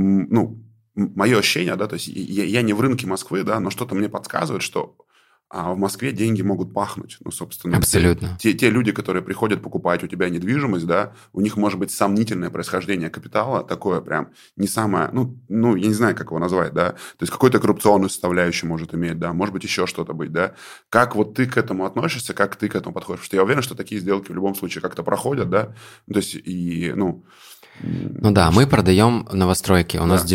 мое ощущение, да, то есть я не в рынке Москвы, да, но что-то мне подсказывает, что в Москве деньги могут пахнуть. Собственно, абсолютно. Те люди, которые приходят покупать у тебя недвижимость, да, у них может быть сомнительное происхождение капитала, такое прям не самое, я не знаю, как его назвать, да, то есть какой-то коррупционную составляющую может иметь, да, может быть еще что-то быть, да. Как вот ты к этому относишься, как ты к этому подходишь? Потому что я уверен, что такие сделки в любом случае как-то проходят, да, то есть и, да, мы продаем новостройки. У нас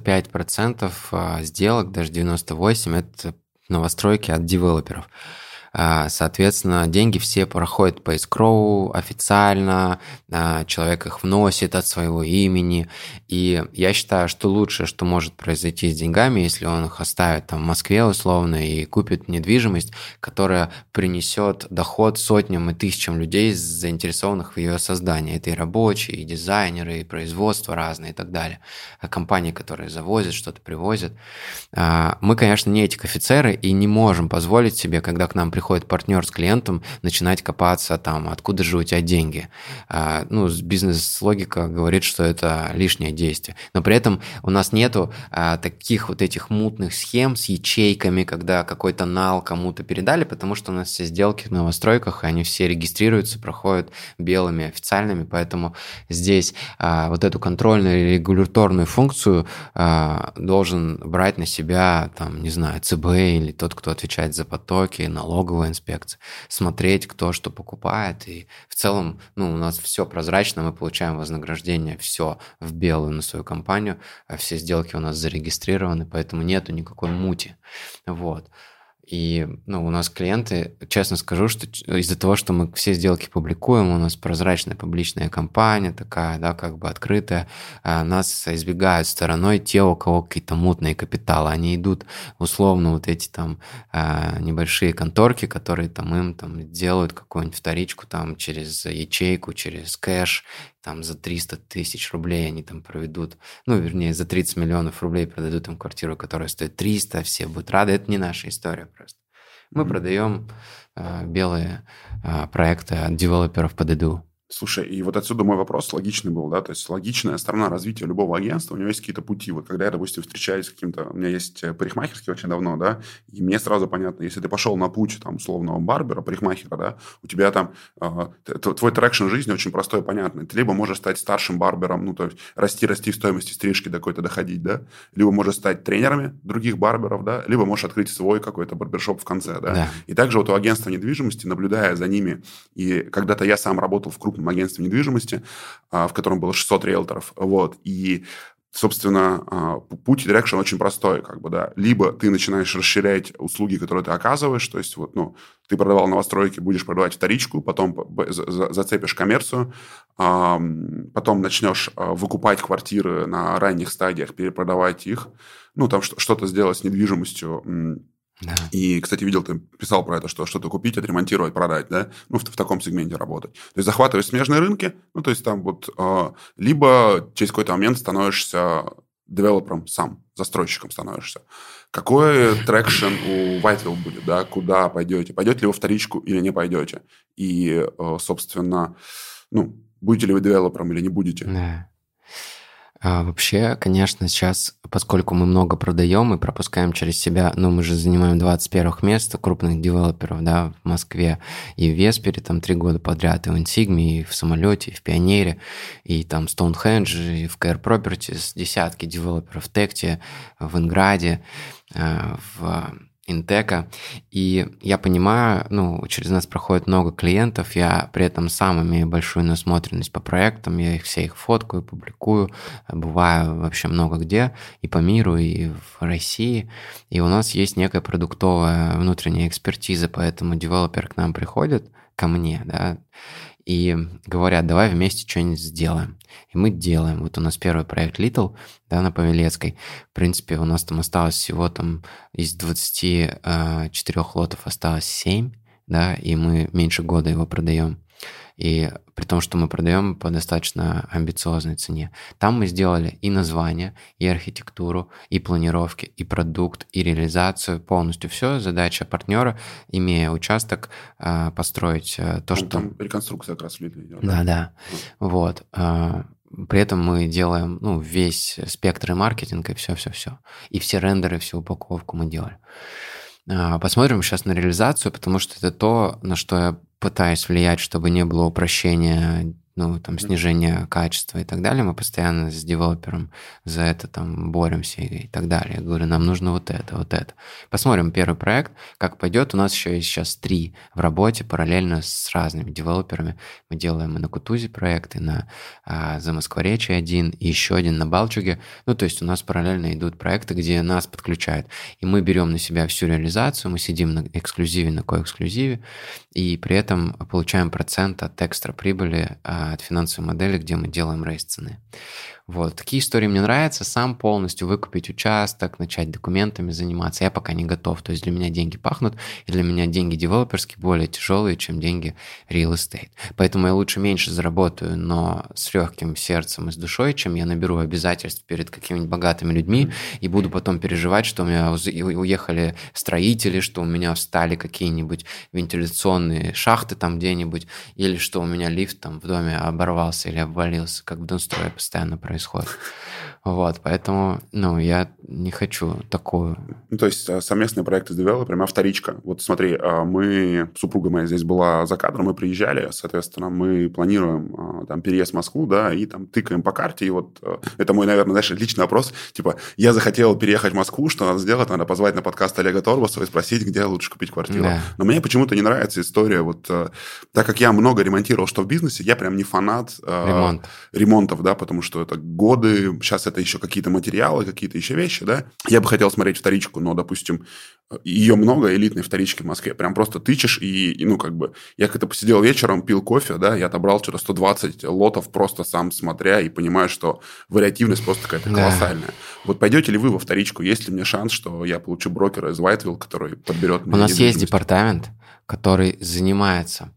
95% сделок, даже 98%, это новостройки от девелоперов. Соответственно, деньги все проходят по эскроу официально, человек их вносит от своего имени. И я считаю, что лучшее, что может произойти с деньгами, если он их оставит там в Москве условно и купит недвижимость, которая принесет доход сотням и тысячам людей, заинтересованных в ее создании. Это и рабочие, и дизайнеры, и производства разные и так далее. Компании, которые завозят, что-то привозят. Мы, конечно, не эти офицеры и не можем позволить себе, когда к нам приходят приходит партнер с клиентом, начинать копаться там, откуда же у тебя деньги. Бизнес-логика говорит, что это лишнее действие. Но при этом у нас нету таких вот этих мутных схем с ячейками, когда какой-то нал кому-то передали, потому что у нас все сделки в новостройках, и они все регистрируются, проходят белыми, официальными, поэтому здесь вот эту контрольную и регуляторную функцию должен брать на себя, там, не знаю, ЦБ или тот, кто отвечает за потоки, налоговая инспекция, смотреть, кто что покупает, и в целом, у нас все прозрачно, мы получаем вознаграждение, все в белую на свою компанию, все сделки у нас зарегистрированы, поэтому нету никакой мути, вот. И у нас клиенты, честно скажу, что из-за того, что мы все сделки публикуем, у нас прозрачная публичная компания такая, да, как бы открытая, нас избегают стороной те, у кого какие-то мутные капиталы. Они идут условно вот эти там небольшие конторки, которые там им там делают какую-нибудь вторичку там через ячейку, через кэш, там за 300 тысяч рублей они там проведут, вернее, за 30 миллионов рублей продадут им квартиру, которая стоит 300, все будут рады. Это не наша история просто. Мы продаем белые проекты от девелоперов под ИДУ. Слушай, и вот отсюда мой вопрос логичный был, да, то есть логичная сторона развития любого агентства, у него есть какие-то пути. Вот когда я, допустим, встречаюсь с каким-то... У меня есть парикмахерский очень давно, да, и мне сразу понятно, если ты пошел на путь, там, условного барбера, парикмахера, да, у тебя там... твой трекшн жизни очень простой и понятный. Ты либо можешь стать старшим барбером, то есть расти в стоимости стрижки до какой-то доходить, да, либо можешь стать тренерами других барберов, да, либо можешь открыть свой какой-то барбершоп в конце, да. И также вот у агентства недвижимости, наблюдая за ними, и когда-то я сам работал в крупном агентстве недвижимости, в котором было 600 риэлторов, вот, и, собственно, путь direction очень простой, как бы, да, либо ты начинаешь расширять услуги, которые ты оказываешь, то есть, вот, ты продавал новостройки, будешь продавать вторичку, потом зацепишь коммерцию, потом начнешь выкупать квартиры на ранних стадиях, перепродавать их, там что-то сделать с недвижимостью. Да. И, кстати, видел, ты писал про это, что что-то купить, отремонтировать, продать, да? В таком сегменте работать. То есть захватываешь смежные рынки, то есть там вот... либо через какой-то момент становишься девелопером сам, застройщиком становишься. Какой трекшн у Whiteville будет, да? Куда пойдете? Пойдете ли вы вторичку или не пойдете? И, собственно, будете ли вы девелопером или не будете? Да. Вообще, конечно, сейчас, поскольку мы много продаем и пропускаем через себя, мы же занимаем 21 место крупных девелоперов, да, в Москве и в Веспере, там 3 года подряд, и в Инсигме, и в Самолете, и в Пионере, и там Stonehenge, и в Care Properties, десятки девелоперов в Текте, в Инграде, в Интека, и я понимаю, через нас проходит много клиентов, я при этом сам имею большую насмотренность по проектам, я все их фоткаю, публикую, бываю вообще много где, и по миру, и в России, и у нас есть некая продуктовая внутренняя экспертиза, поэтому девелопер к нам приходит, ко мне, да, и говорят, давай вместе что-нибудь сделаем. И мы делаем. Вот у нас первый проект Little, да, на Павелецкой. В принципе, у нас там осталось всего там из 24 лотов осталось 7, да, и мы меньше года его продаем. И при том, что мы продаем по достаточно амбициозной цене. Там мы сделали и название, и архитектуру, и планировки, и продукт, и реализацию, полностью все. Задача партнера, имея участок, построить то, что... Там реконструкция как раз в Литве. Да. Вот. При этом мы делаем весь спектр и маркетинг, и все. И все рендеры, всю упаковку мы делали. Посмотрим сейчас на реализацию, потому что это то, на что я пытаюсь влиять, чтобы не было упрощения, снижения качества и так далее. Мы постоянно с девелопером за это там боремся и так далее. Я говорю, нам нужно вот это. Посмотрим первый проект, как пойдет. У нас еще есть сейчас 3 в работе параллельно с разными девелоперами. Мы делаем и на Кутузе проекты, на Замоскворечье 1 и еще один на Балчуге. То есть у нас параллельно идут проекты, где нас подключают. И мы берем на себя всю реализацию, мы сидим на эксклюзиве, на коэксклюзиве, и при этом получаем процент от экстра прибыли от финансовой модели, где мы делаем рейс цены. Вот. Такие истории мне нравятся. Сам полностью выкупить участок, начать документами заниматься. Я пока не готов. То есть для меня деньги пахнут, и для меня деньги девелоперские более тяжелые, чем деньги real estate. Поэтому я лучше меньше заработаю, но с легким сердцем и с душой, чем я наберу обязательств перед какими-нибудь богатыми людьми и буду потом переживать, что у меня уехали строители, что у меня встали какие-нибудь вентиляционные шахты там где-нибудь, или что у меня лифт там в доме оборвался или обвалился, как в Донстрое постоянно происходит. Вот, поэтому, я не хочу такую... То есть совместные проекты с девелоперами, вторичка. Вот смотри, супруга моя здесь была за кадром, мы приезжали, соответственно, мы планируем там переезд в Москву, да, и там тыкаем по карте, и вот это мой, наверное, знаешь, личный вопрос, типа, я захотел переехать в Москву, что надо сделать? Надо позвать на подкаст Олега Торбасова и спросить, где лучше купить квартиру. Да. Но мне почему-то не нравится история, вот, так как я много ремонтировал, что в бизнесе, я прям не фанат ремонтов, да, потому что это годы, сейчас это еще какие-то материалы, какие-то еще вещи, да. Я бы хотел смотреть вторичку, но, допустим, ее много, элитной вторички в Москве. Прям просто тычешь я как-то посидел вечером, пил кофе, да, я отобрал что-то 120 лотов, просто сам смотря, и понимаю, что вариативность просто какая-то колоссальная. Вот пойдете ли вы во вторичку? Есть ли мне шанс, что я получу брокера из Whiteville, который подберет мне? У нас есть департамент, который занимается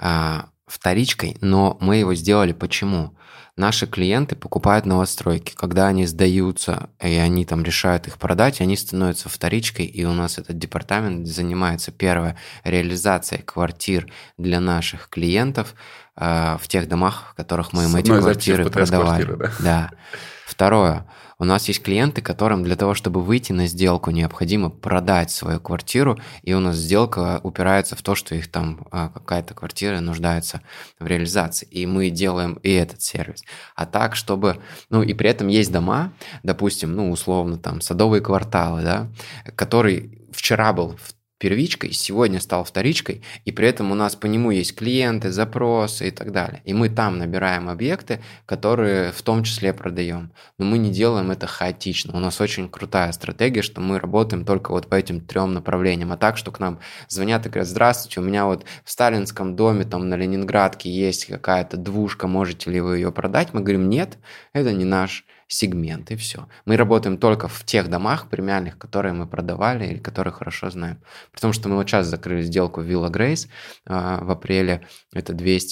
вторичкой, но мы его сделали почему? Наши клиенты покупают новостройки. Когда они сдаются, и они там решают их продать, они становятся вторичкой, и у нас этот департамент занимается, первое, реализацией квартир для наших клиентов в тех домах, в которых мы им эти квартиры продавали. Да. Второе. У нас есть клиенты, которым для того, чтобы выйти на сделку, необходимо продать свою квартиру, и у нас сделка упирается в то, что их там какая-то квартира нуждается в реализации. И мы делаем и этот сервис. А так, чтобы... и при этом есть дома, допустим, условно, там, садовые кварталы, да, который вчера был первичкой, сегодня стал вторичкой, и при этом у нас по нему есть клиенты, запросы и так далее. И мы там набираем объекты, которые в том числе продаем. Но мы не делаем это хаотично. У нас очень крутая стратегия, что мы работаем только вот по этим 3 направлениям. А так, что к нам звонят и говорят: здравствуйте, у меня вот в Сталинском доме там на Ленинградке есть какая-то двушка, можете ли вы ее продать? Мы говорим: нет, это не наш сегмент, и все. Мы работаем только в тех домах премиальных, которые мы продавали или которые хорошо знаем. Потому что мы вот сейчас закрыли сделку в Villa Grace в апреле. Это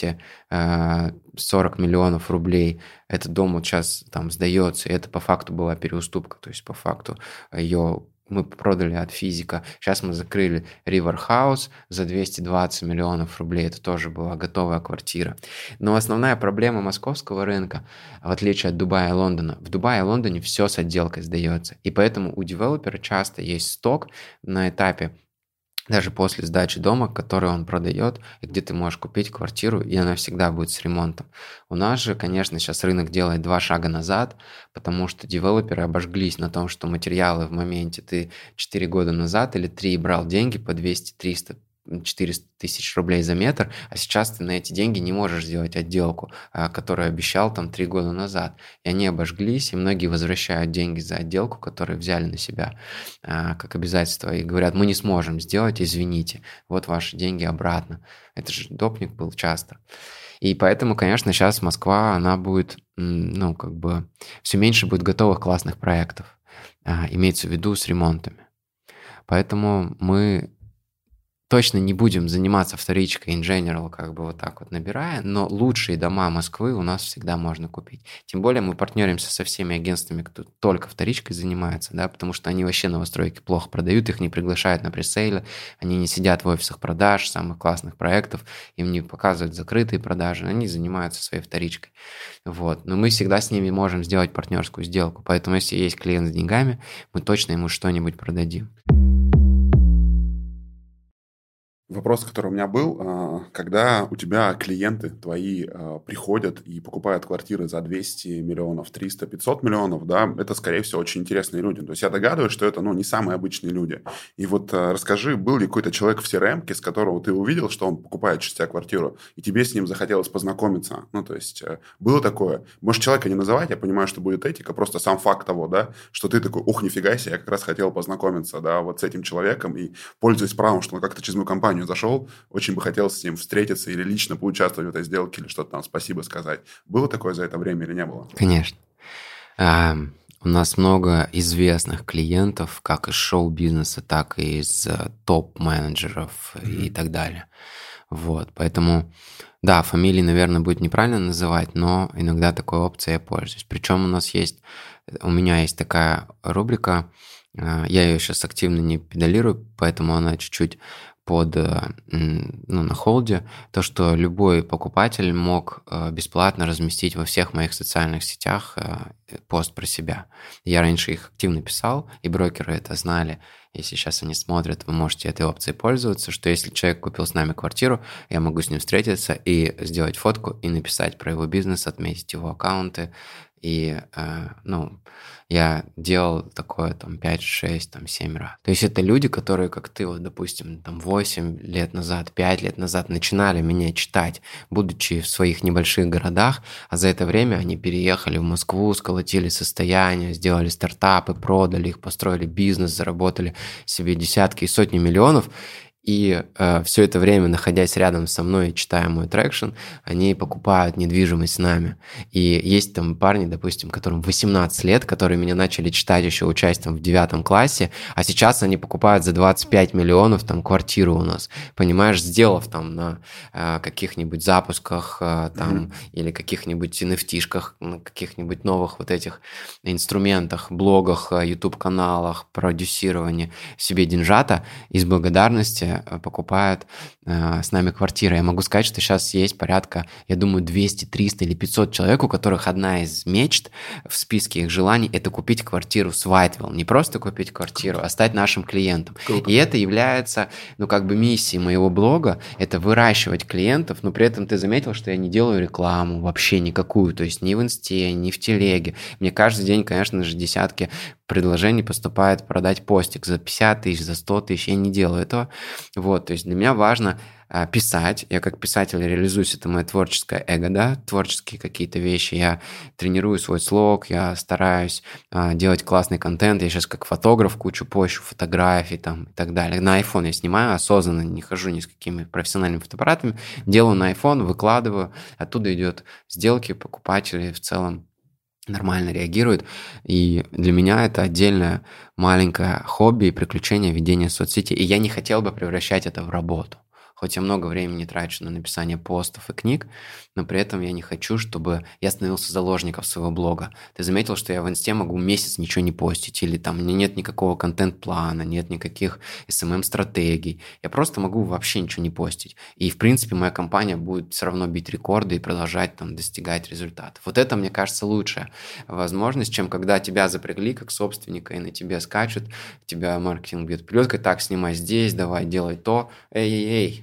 240 миллионов рублей. Этот дом вот сейчас там сдается, и это по факту была переуступка. То есть по факту ее мы продали от физика. Сейчас мы закрыли River House за 220 миллионов рублей. Это тоже была готовая квартира. Но основная проблема московского рынка, в отличие от Дубая и Лондона, в Дубае и Лондоне все с отделкой сдается. И поэтому у девелопера часто есть сток на этапе, даже после сдачи дома, который он продает, и где ты можешь купить квартиру, и она всегда будет с ремонтом. У нас же, конечно, сейчас рынок делает 2 шага назад, потому что девелоперы обожглись на том, что материалы в моменте ты 4 года назад или 3 брал деньги по 200, 300, 400 тысяч рублей за метр, а сейчас ты на эти деньги не можешь сделать отделку, которую обещал там 3 года назад. И они обожглись, и многие возвращают деньги за отделку, которые взяли на себя как обязательство, и говорят: мы не сможем сделать, извините, вот ваши деньги обратно. Это же допинг был часто. И поэтому, конечно, сейчас Москва, она будет, все меньше будет готовых классных проектов, имеется в виду с ремонтами. Поэтому мы точно не будем заниматься вторичкой in general, вот так вот набирая, но лучшие дома Москвы у нас всегда можно купить. Тем более мы партнеримся со всеми агентствами, кто только вторичкой занимается, да, потому что они вообще новостройки плохо продают, их не приглашают на пресейлы, они не сидят в офисах продаж, самых классных проектов, им не показывают закрытые продажи, они занимаются своей вторичкой. Вот. Но мы всегда с ними можем сделать партнерскую сделку, поэтому если есть клиент с деньгами, мы точно ему что-нибудь продадим. Вопрос, который у меня был, когда у тебя клиенты твои приходят и покупают квартиры за 200 миллионов, 300, 500 миллионов, да, это, скорее всего, очень интересные люди. То есть я догадываюсь, что это, не самые обычные люди. И вот расскажи, был ли какой-то человек в CRM-ке, с которого ты увидел, что он покупает через тебя квартиру, и тебе с ним захотелось познакомиться? То есть было такое? Можешь человека не называть, я понимаю, что будет этика, просто сам факт того, да, что ты такой: ух, нифига себе, я как раз хотел познакомиться, да, вот с этим человеком, и пользуясь правом, что он как-то через мою компанию зашел, очень бы хотелось с ним встретиться или лично поучаствовать в этой сделке, или что-то там спасибо сказать. Было такое за это время или не было? Конечно. У нас много известных клиентов, как из шоу-бизнеса, так и из топ-менеджеров и так далее. Вот, поэтому, да, фамилии, наверное, будет неправильно называть, но иногда такой опцией я пользуюсь. Причем у меня есть такая рубрика, я ее сейчас активно не педалирую, поэтому она чуть-чуть на холде, то, что любой покупатель мог бесплатно разместить во всех моих социальных сетях пост про себя. Я раньше их активно писал, и брокеры это знали. Если сейчас они смотрят, вы можете этой опцией пользоваться, что если человек купил с нами квартиру, я могу с ним встретиться и сделать фотку и написать про его бизнес, отметить его аккаунты. И, я делал такое 5, 6, 7 раз. То есть это люди, которые, как ты, вот, допустим, 8 лет назад, 5 лет назад начинали меня читать, будучи в своих небольших городах, а за это время они переехали в Москву, сколотили состояние, сделали стартапы, продали их, построили бизнес, заработали себе десятки и сотни миллионов. И все это время, находясь рядом со мной и читая мой трекшн, они покупают недвижимость с нами. И есть там парни, допустим, которым 18 лет, которые меня начали читать еще участием в 9 классе, а сейчас они покупают за 25 миллионов квартиру у нас. Понимаешь, сделав на каких-нибудь запусках или каких-нибудь NFT-шках, на каких-нибудь новых вот этих инструментах, блогах, YouTube-каналах, продюсировании себе деньжата из благодарности покупают с нами квартиры. Я могу сказать, что сейчас есть порядка, я думаю, 200, 300 или 500 человек, у которых одна из мечт в списке их желаний – это купить квартиру с Whitewell. Не просто купить квартиру, а стать нашим клиентом. Круто. И это является, миссией моего блога – это выращивать клиентов, но при этом ты заметил, что я не делаю рекламу вообще никакую, то есть ни в Инсте, ни в Телеге. Мне каждый день, конечно же, десятки предложений поступает продать постик за 50 тысяч, за 100 тысяч. Я не делаю этого. Вот, то есть для меня важно писать. Я как писатель реализуюсь, это мое творческое эго, да, творческие какие-то вещи. Я тренирую свой слог, я стараюсь делать классный контент. Я сейчас как фотограф кучу пощу фотографий и так далее. На iPhone я снимаю осознанно, не хожу ни с какими профессиональными фотоаппаратами. Делаю на iPhone, выкладываю. Оттуда идет сделки, покупатели в целом нормально реагируют. И для меня это отдельное маленькое хобби и приключение ведения соцсети. И я не хотел бы превращать это в работу. Хоть я много времени трачу на написание постов и книг, но при этом я не хочу, чтобы я становился заложником своего блога. Ты заметил, что я в Инсте могу месяц ничего не постить, или там нет никакого контент-плана, нет никаких SMM-стратегий. Я просто могу вообще ничего не постить. И, в принципе, моя компания будет все равно бить рекорды и продолжать достигать результатов. Вот это, мне кажется, лучшая возможность, чем когда тебя запрягли как собственника, и на тебе скачут, тебя маркетинг бьет плеткой, так, снимай здесь, давай, делай то. Эй,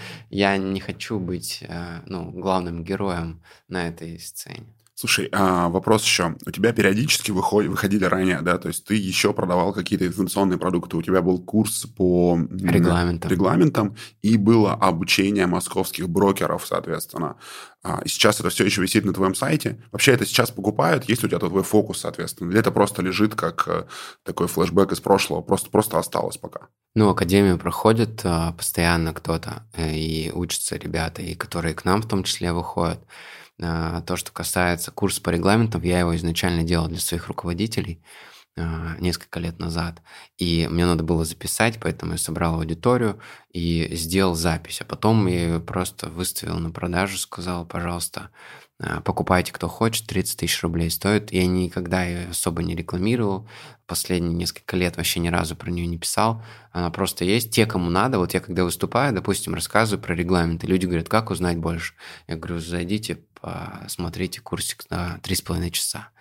я не хочу быть главным героем на этой сцене. Слушай, вопрос еще. У тебя периодически выходили ранее, да, то есть ты еще продавал какие-то информационные продукты, у тебя был курс по регламентам и было обучение московских брокеров, соответственно. И сейчас это все еще висит на твоем сайте. Вообще это сейчас покупают? Есть у тебя твой фокус, соответственно? Или это просто лежит как такой флешбэк из прошлого, просто осталось пока? Академию проходит постоянно кто-то, и учатся ребята, и которые к нам в том числе выходят. То, что касается курса по регламентам, я его изначально делал для своих руководителей несколько лет назад. И мне надо было записать, поэтому я собрал аудиторию и сделал запись. А потом я ее просто выставил на продажу, сказал, пожалуйста, покупайте, кто хочет, 30 тысяч рублей стоит. Я никогда ее особо не рекламировал. Последние несколько лет вообще ни разу про нее не писал. Она просто есть. Те, кому надо. Вот я когда выступаю, допустим, рассказываю про регламенты, люди говорят, как узнать больше? Я говорю, зайдите, посмотрите курсик на 3,5 часа.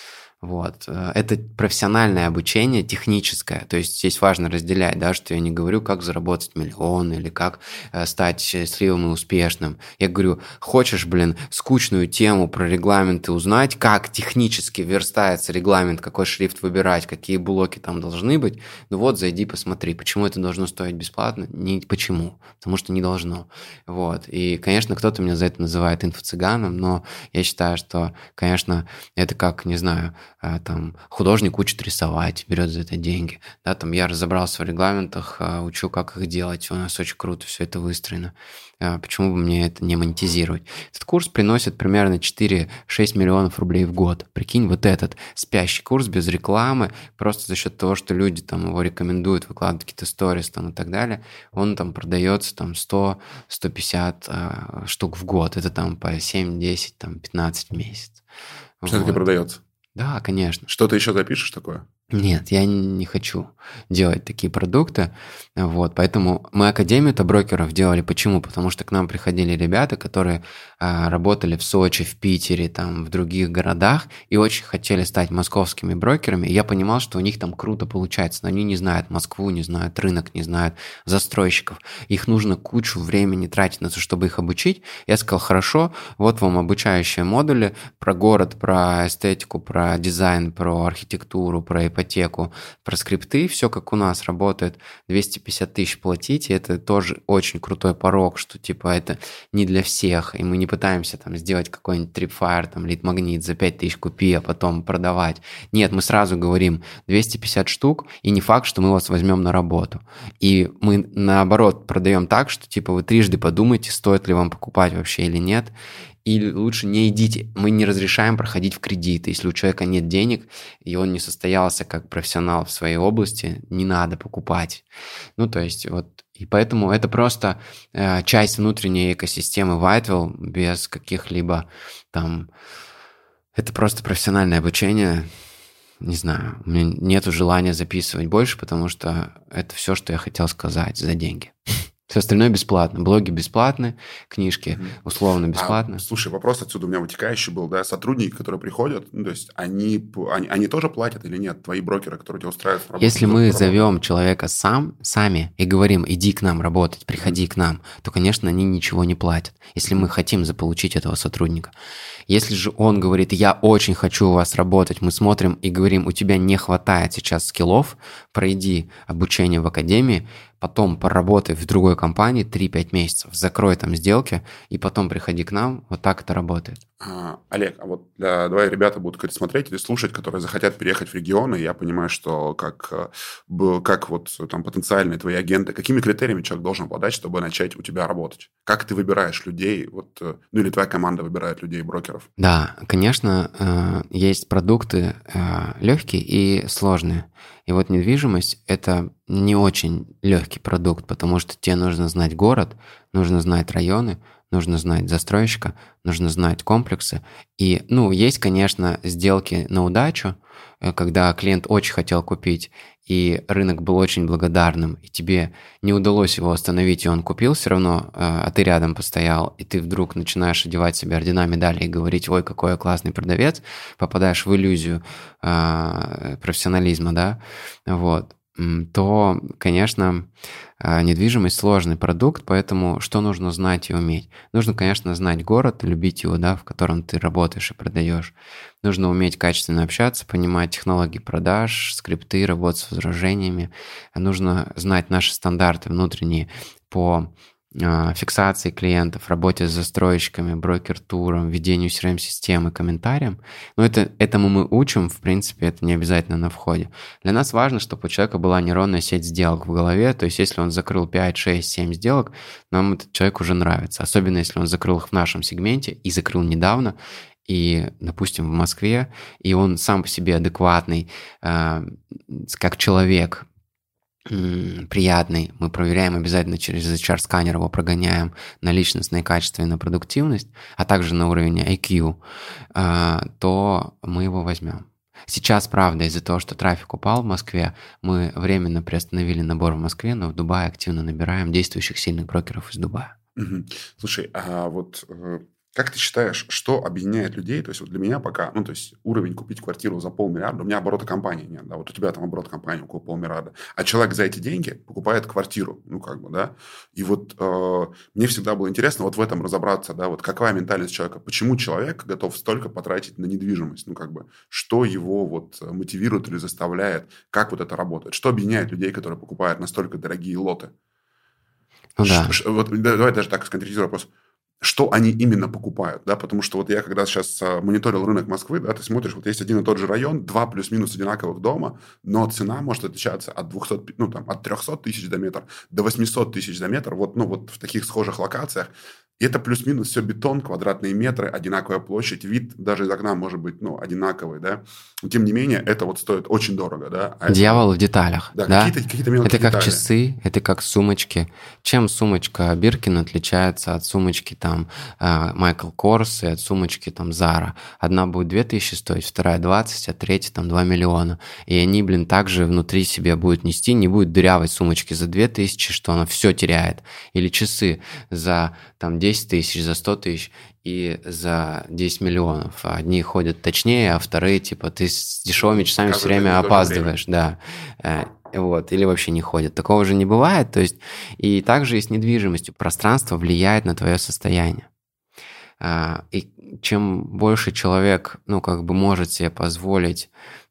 Вот. Это профессиональное обучение, техническое. То есть здесь важно разделять, да, что я не говорю, как заработать миллион или как стать счастливым и успешным. Я говорю, хочешь, скучную тему про регламенты узнать, как технически верстается регламент, какой шрифт выбирать, какие блоки там должны быть, зайди, посмотри. Почему это должно стоить бесплатно? Не почему, потому что не должно. Вот. И, конечно, кто-то меня за это называет инфо-цыганом, но я считаю, что, конечно, это как, не знаю, там художник учит рисовать, берет за это деньги. Да, там я разобрался в регламентах, учу, как их делать. У нас очень круто все это выстроено. Почему бы мне это не монетизировать? Этот курс приносит примерно 4-6 миллионов рублей в год. Прикинь, вот этот спящий курс без рекламы, просто за счет того, что люди там его рекомендуют, выкладывают какие-то сторис там и так далее, он там продается там 100-150 штук в год. Это там по 7, 10, там 15 в месяц. Что таки продается? Да, конечно. Что ты еще запишешь такое? Нет, я не хочу делать такие продукты. Вот, поэтому мы Академию-то брокеров делали. Почему? Потому что к нам приходили ребята, которые работали в Сочи, в Питере, там, в других городах и очень хотели стать московскими брокерами. И я понимал, что у них там круто получается, но они не знают Москву, не знают рынок, не знают застройщиков. Их нужно кучу времени тратить на то, чтобы их обучить. Я сказал, хорошо, вот вам обучающие модули про город, про эстетику, про дизайн, про архитектуру, про ипотеку, про скрипты, все как у нас работает, 250 тысяч платите, это тоже очень крутой порог, что типа это не для всех, и мы не пытаемся там сделать какой-нибудь Tripwire, там лид-магнит за 5 тысяч купи, а потом продавать. Нет, мы сразу говорим 250 штук, и не факт, что мы вас возьмем на работу. И мы наоборот продаем так, что типа вы трижды подумайте, стоит ли вам покупать вообще или нет. Или лучше не идите. Мы не разрешаем проходить в кредит. Если у человека нет денег, и он не состоялся как профессионал в своей области, не надо покупать. Ну, то есть, вот. И поэтому это просто часть внутренней экосистемы Whitewell, без каких-либо там... Это просто профессиональное обучение. Не знаю, у меня нет желания записывать больше, потому что это все, что я хотел сказать за деньги. Все остальное бесплатно. Блоги бесплатны, книжки условно бесплатно. Слушай, вопрос отсюда у меня вытекающий был, да, сотрудники, которые приходят, ну, то есть они тоже платят или нет, твои брокеры, которые тебя устраивают в работу? Если мы зовем человека сами и говорим, иди к нам работать, приходи к нам, то, конечно, они ничего не платят, если мы хотим заполучить этого сотрудника. Если же он говорит, я очень хочу у вас работать, мы смотрим и говорим, у тебя не хватает сейчас скиллов, пройди обучение в академии, потом поработай в другой компании 3-5 месяцев, закрой там сделки, и потом приходи к нам. Вот так это работает. Олег, а вот давай ребята будут смотреть или слушать, которые захотят переехать в регионы. Я понимаю, что как вот там потенциальные твои агенты, какими критериями человек должен обладать, чтобы начать у тебя работать? Как ты выбираешь людей, вот, ну или твоя команда выбирает людей, брокеров? Да, конечно, есть продукты легкие и сложные. И вот недвижимость – это не очень легкий продукт, потому что тебе нужно знать город, нужно знать районы, нужно знать застройщика, нужно знать комплексы. И, есть, конечно, сделки на удачу, когда клиент очень хотел купить, и рынок был очень благодарным, и тебе не удалось его остановить, и он купил все равно, а ты рядом постоял, и ты вдруг начинаешь одевать себе ордена, медали и говорить, ой, какой я классный продавец, попадаешь в иллюзию профессионализма, да, вот, то, конечно, недвижимость сложный продукт, поэтому что нужно знать и уметь? Нужно, конечно, знать город, любить его, да, в котором ты работаешь и продаешь. Нужно уметь качественно общаться, понимать технологии продаж, скрипты, работать с возражениями. Нужно знать наши стандарты внутренние по фиксации клиентов, работе с застройщиками, брокер-туром, ведению CRM-системы, комментариям. Но этому мы учим, в принципе, это не обязательно на входе. Для нас важно, чтобы у человека была нейронная сеть сделок в голове, то есть если он закрыл 5, 6, 7 сделок, нам этот человек уже нравится, особенно если он закрыл их в нашем сегменте и закрыл недавно, и, допустим, в Москве, и он сам по себе адекватный, как человек, приятный, мы проверяем обязательно через HR-сканер, его прогоняем на личностные качества и на продуктивность, а также на уровень IQ, то мы его возьмем. Сейчас, правда, из-за того, что трафик упал в Москве, мы временно приостановили набор в Москве, но в Дубае активно набираем действующих сильных брокеров из Дубая. Слушай, а вот как ты считаешь, что объединяет людей? То есть вот для меня пока, то есть уровень купить квартиру за 500 000, у меня оборота компании нет, да, вот у тебя там оборот компании около 500 000, а человек за эти деньги покупает квартиру, да, и вот мне всегда было интересно вот в этом разобраться, да, вот какая ментальность человека, почему человек готов столько потратить на недвижимость, что его вот мотивирует или заставляет, как вот это работает, что объединяет людей, которые покупают настолько дорогие лоты? Ну да. Вот давай даже так сконкретизируем вопрос. что они именно покупают, да, потому что вот я когда сейчас мониторил рынок Москвы, да, ты смотришь, вот есть один и тот же район, два плюс-минус одинаковых дома, но цена может отличаться от 200, ну, там, от 300 тысяч за метр до 800 тысяч за метр, вот, ну, вот в таких схожих локациях. И это плюс-минус все бетон, квадратные метры, одинаковая площадь, вид даже из окна может быть, ну, одинаковый, да. Но, тем не менее, это вот стоит очень дорого, да. Дьявол в деталях, да? да? Какие-то мелкие Это как детали. часы, это как сумочки. Чем сумочка Биркин отличается от сумочки там Майкл Корс и от сумочки там Зара? Одна будет 2000 стоить, вторая 20, а третья там 2 миллиона. И они, блин, также внутри себя будут нести, не будет дырявой сумочки за 2000, что она все теряет. Или часы за там 10 тысяч, за 100 тысяч и за 10 миллионов. Одни ходят точнее, а вторые, типа, ты с дешевыми часами все время опаздываешь, да. Вот, или вообще не ходят. Такого же не бывает. То есть, и также и с недвижимостью. Пространство влияет на твое состояние. И чем больше человек, ну, как бы может себе позволить,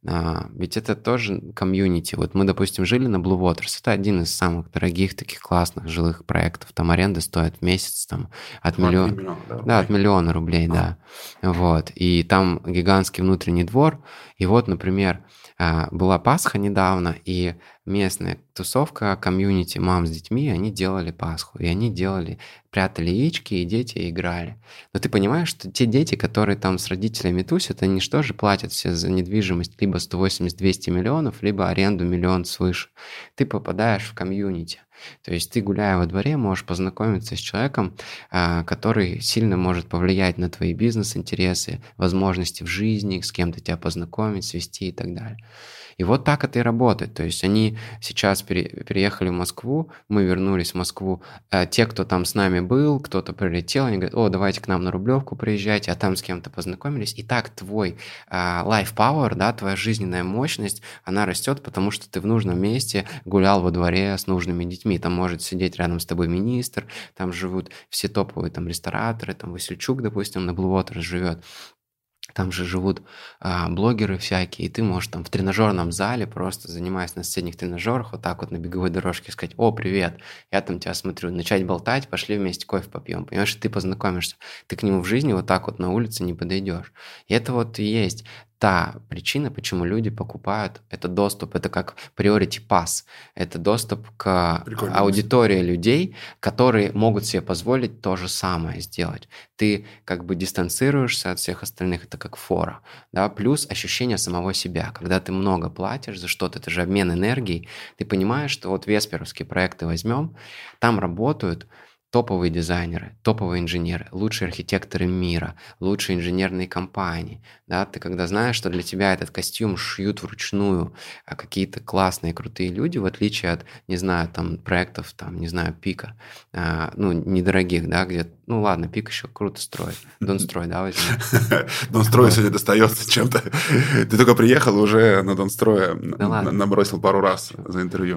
ведь это тоже комьюнити. Вот мы, допустим, жили на Blue Waters. Это один из самых дорогих, таких классных жилых проектов. Там аренда стоит в месяц там, от миллиона, да, от миллиона рублей, да. Вот. И там гигантский внутренний двор. И вот, например, была Пасха недавно, и местная тусовка, комьюнити мам с детьми, они делали Пасху. И они прятали яички, и дети играли. Но ты понимаешь, что те дети, которые там с родителями тусят, они что же платят все за недвижимость либо 180-200 миллионов, либо аренду миллион свыше. Ты попадаешь в комьюнити. То есть ты, гуляя во дворе, можешь познакомиться с человеком, который сильно может повлиять на твои бизнес-интересы, возможности в жизни, с кем-то тебя познакомить, свести и так далее. И вот так это и работает. То есть они сейчас переехали в Москву, мы вернулись в Москву. Те, кто там с нами был, кто-то прилетел, они говорят: о, давайте к нам на Рублевку приезжайте, а там с кем-то познакомились. И так твой life power, да, твоя жизненная мощность, она растет, потому что ты в нужном месте гулял во дворе с нужными детьми. Там может сидеть рядом с тобой министр, там живут все топовые там рестораторы, там Васильчук, допустим, на Blue Waters живет. Там же живут блогеры всякие, и ты можешь там в тренажерном зале, просто занимаясь на соседних тренажерах, вот так вот на беговой дорожке сказать: о, привет, я там тебя смотрю, начать болтать, пошли вместе кофе попьем. Понимаешь, ты познакомишься, ты к нему в жизни вот так вот на улице не подойдешь. И это вот и есть та причина, почему люди покупают. Это доступ, это как priority pass, это доступ к аудитории людей, которые могут себе позволить то же самое сделать. Ты как бы дистанцируешься от всех остальных, это как фора, да, плюс ощущение самого себя. Когда ты много платишь за что-то, это же обмен энергией, ты понимаешь, что вот весперовские проекты возьмем, там работают топовые дизайнеры, топовые инженеры, лучшие архитекторы мира, лучшие инженерные компании. Да? Ты когда знаешь, что для тебя этот костюм шьют вручную какие-то классные, крутые люди, в отличие от, не знаю, там, проектов, там, не знаю, Пика, ну, недорогих, да, где, ну, ладно, Пик еще круто строит. Донстрой, да, возьми. Донстрой сегодня достается чем-то. Ты только приехал, уже на Донстрое набросил пару раз за интервью.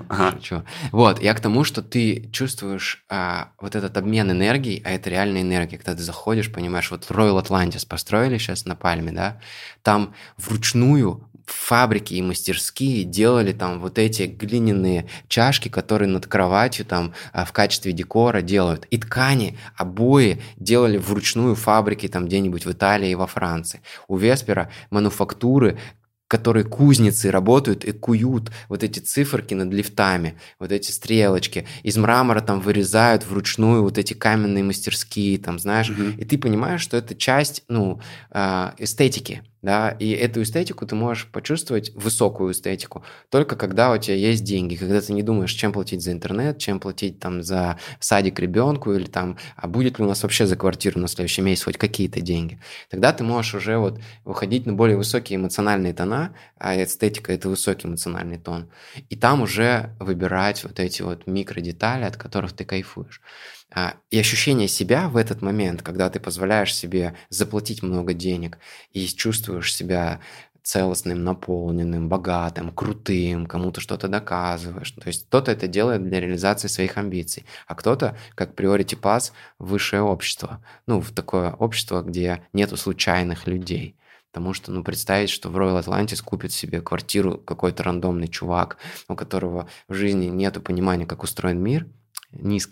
Вот, я к тому, что ты чувствуешь вот этот обмен энергией, а это реальная энергия, когда ты заходишь, понимаешь, вот Royal Atlantis построили сейчас на Пальме, да, там вручную фабрики и мастерские делали там вот эти глиняные чашки, которые над кроватью там в качестве декора делают. И ткани, обои делали вручную фабрики там где-нибудь в Италии и во Франции. У Веспера мануфактуры, которые кузницы работают и куют вот эти циферки над лифтами, вот эти стрелочки. Из мрамора там вырезают вручную вот эти каменные мастерские, там, знаешь. И ты понимаешь, что это часть, ну, эстетики. Да, и эту эстетику ты можешь почувствовать, высокую эстетику, только когда у тебя есть деньги, когда ты не думаешь, чем платить за интернет, чем платить там за садик ребенку, или там, а будет ли у нас вообще за квартиру на следующий месяц хоть какие-то деньги. Тогда ты можешь уже вот выходить на более высокие эмоциональные тона, а эстетика – это высокий эмоциональный тон, и там уже выбирать вот эти вот микродетали, от которых ты кайфуешь. И ощущение себя в этот момент, когда ты позволяешь себе заплатить много денег и чувствуешь себя целостным, наполненным, богатым, крутым, кому-то что-то доказываешь. То есть кто-то это делает для реализации своих амбиций, а кто-то, как priority pass, в высшее общество. Ну, в такое общество, где нету случайных людей. Потому что, ну, представить, что в Royal Atlantis купит себе квартиру какой-то рандомный чувак, у которого в жизни нету понимания, как устроен мир, низкое.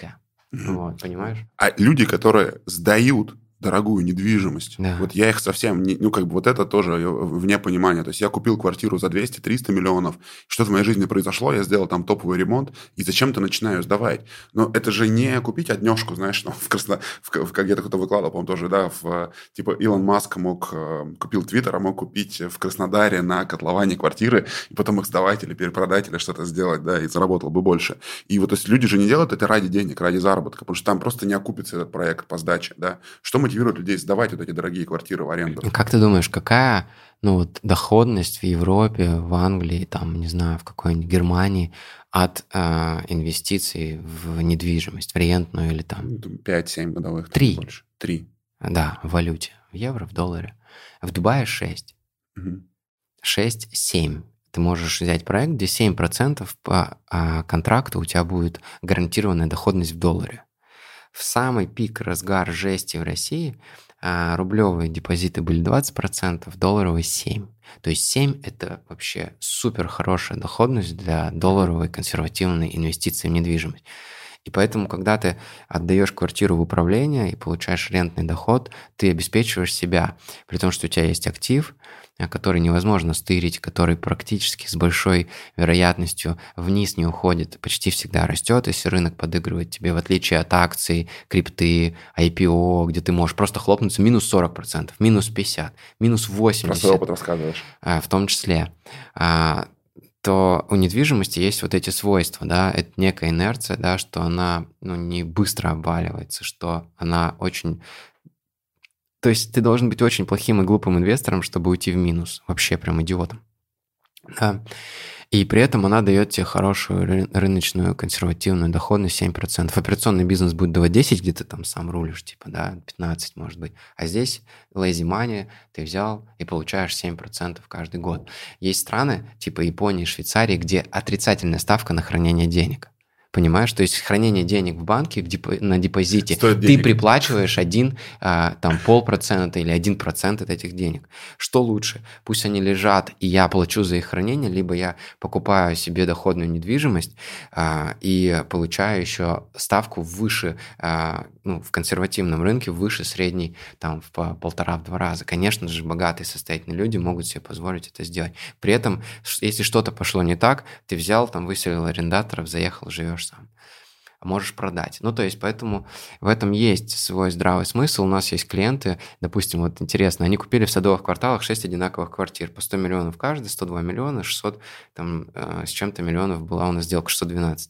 Вот, понимаешь? А люди, которые сдают дорогую недвижимость, Да. вот я их совсем не... Ну, как бы вот это тоже вне понимания. То есть я купил квартиру за 200-300 миллионов, что-то в моей жизни произошло, я сделал там топовый ремонт, и зачем-то начинаю сдавать. Но это же не купить однешку, знаешь, ну, где-то кто-то выкладывал, по-моему, тоже, да, типа Илон Маск купил Твиттер, а мог купить в Краснодаре на котловане квартиры, и потом их сдавать или перепродать, или что-то сделать, да, и заработал бы больше. И вот, то есть люди же не делают это ради денег, ради заработка, потому что там просто не окупится этот проект по сдаче, да. Что мотивирует людей сдавать вот эти дорогие квартиры в аренду? Как ты думаешь, какая, ну, вот, доходность в Европе, в Англии, там, не знаю, в какой-нибудь Германии от инвестиций в недвижимость, в рентную или там... 5-7 годовых. 3. Больше. 3. Да, в валюте. В евро, в долларе. В Дубае 6. Угу. 6-7. Ты можешь взять проект, где 7% по контракту у тебя будет гарантированная доходность в долларе. В самый пик, разгар жести в России рублевые депозиты были 20%, долларовые 7%. То есть 7% – это вообще супер хорошая доходность для долларовой консервативной инвестиции в недвижимость. И поэтому, когда ты отдаешь квартиру в управление и получаешь рентный доход, ты обеспечиваешь себя, при том, что у тебя есть актив, который невозможно стырить, который практически с большой вероятностью вниз не уходит, почти всегда растет, если рынок подыгрывает тебе, в отличие от акций, крипты, IPO, где ты можешь просто хлопнуться минус 40%, минус 50%, минус 80%. Про свой опыт рассказываешь. В том числе. То у недвижимости есть вот эти свойства, да, это некая инерция, да, что она, ну, не быстро обваливается, что она очень... То есть ты должен быть очень плохим и глупым инвестором, чтобы уйти в минус, вообще прям идиотом. Да. И при этом она дает тебе хорошую рыночную консервативную доходность 7%. Операционный бизнес будет давать 10, где ты там сам рулишь, типа, да, 15 может быть. А здесь lazy money ты взял и получаешь 7% каждый год. Есть страны, типа Японии, Швейцарии, где отрицательная ставка на хранение денег. Понимаешь? То есть хранение денег в банке на депозите, ты приплачиваешь 0,5% или 1% от этих денег. Что лучше? Пусть они лежат, и я плачу за их хранение, либо я покупаю себе доходную недвижимость и получаю еще ставку выше, в консервативном рынке, выше средней там, в 1,5-2 раза. Конечно же, богатые, состоятельные люди могут себе позволить это сделать. При этом, если что-то пошло не так, ты взял, там, выселил арендаторов, заехал, живешь сам. Можешь продать. Ну, то есть, поэтому в этом есть свой здравый смысл. У нас есть клиенты, допустим, вот интересно, они купили в Садовых кварталах 6 одинаковых квартир, по 100 миллионов каждый, 102 миллиона, 600 там, с чем-то миллионов была у нас сделка, 612.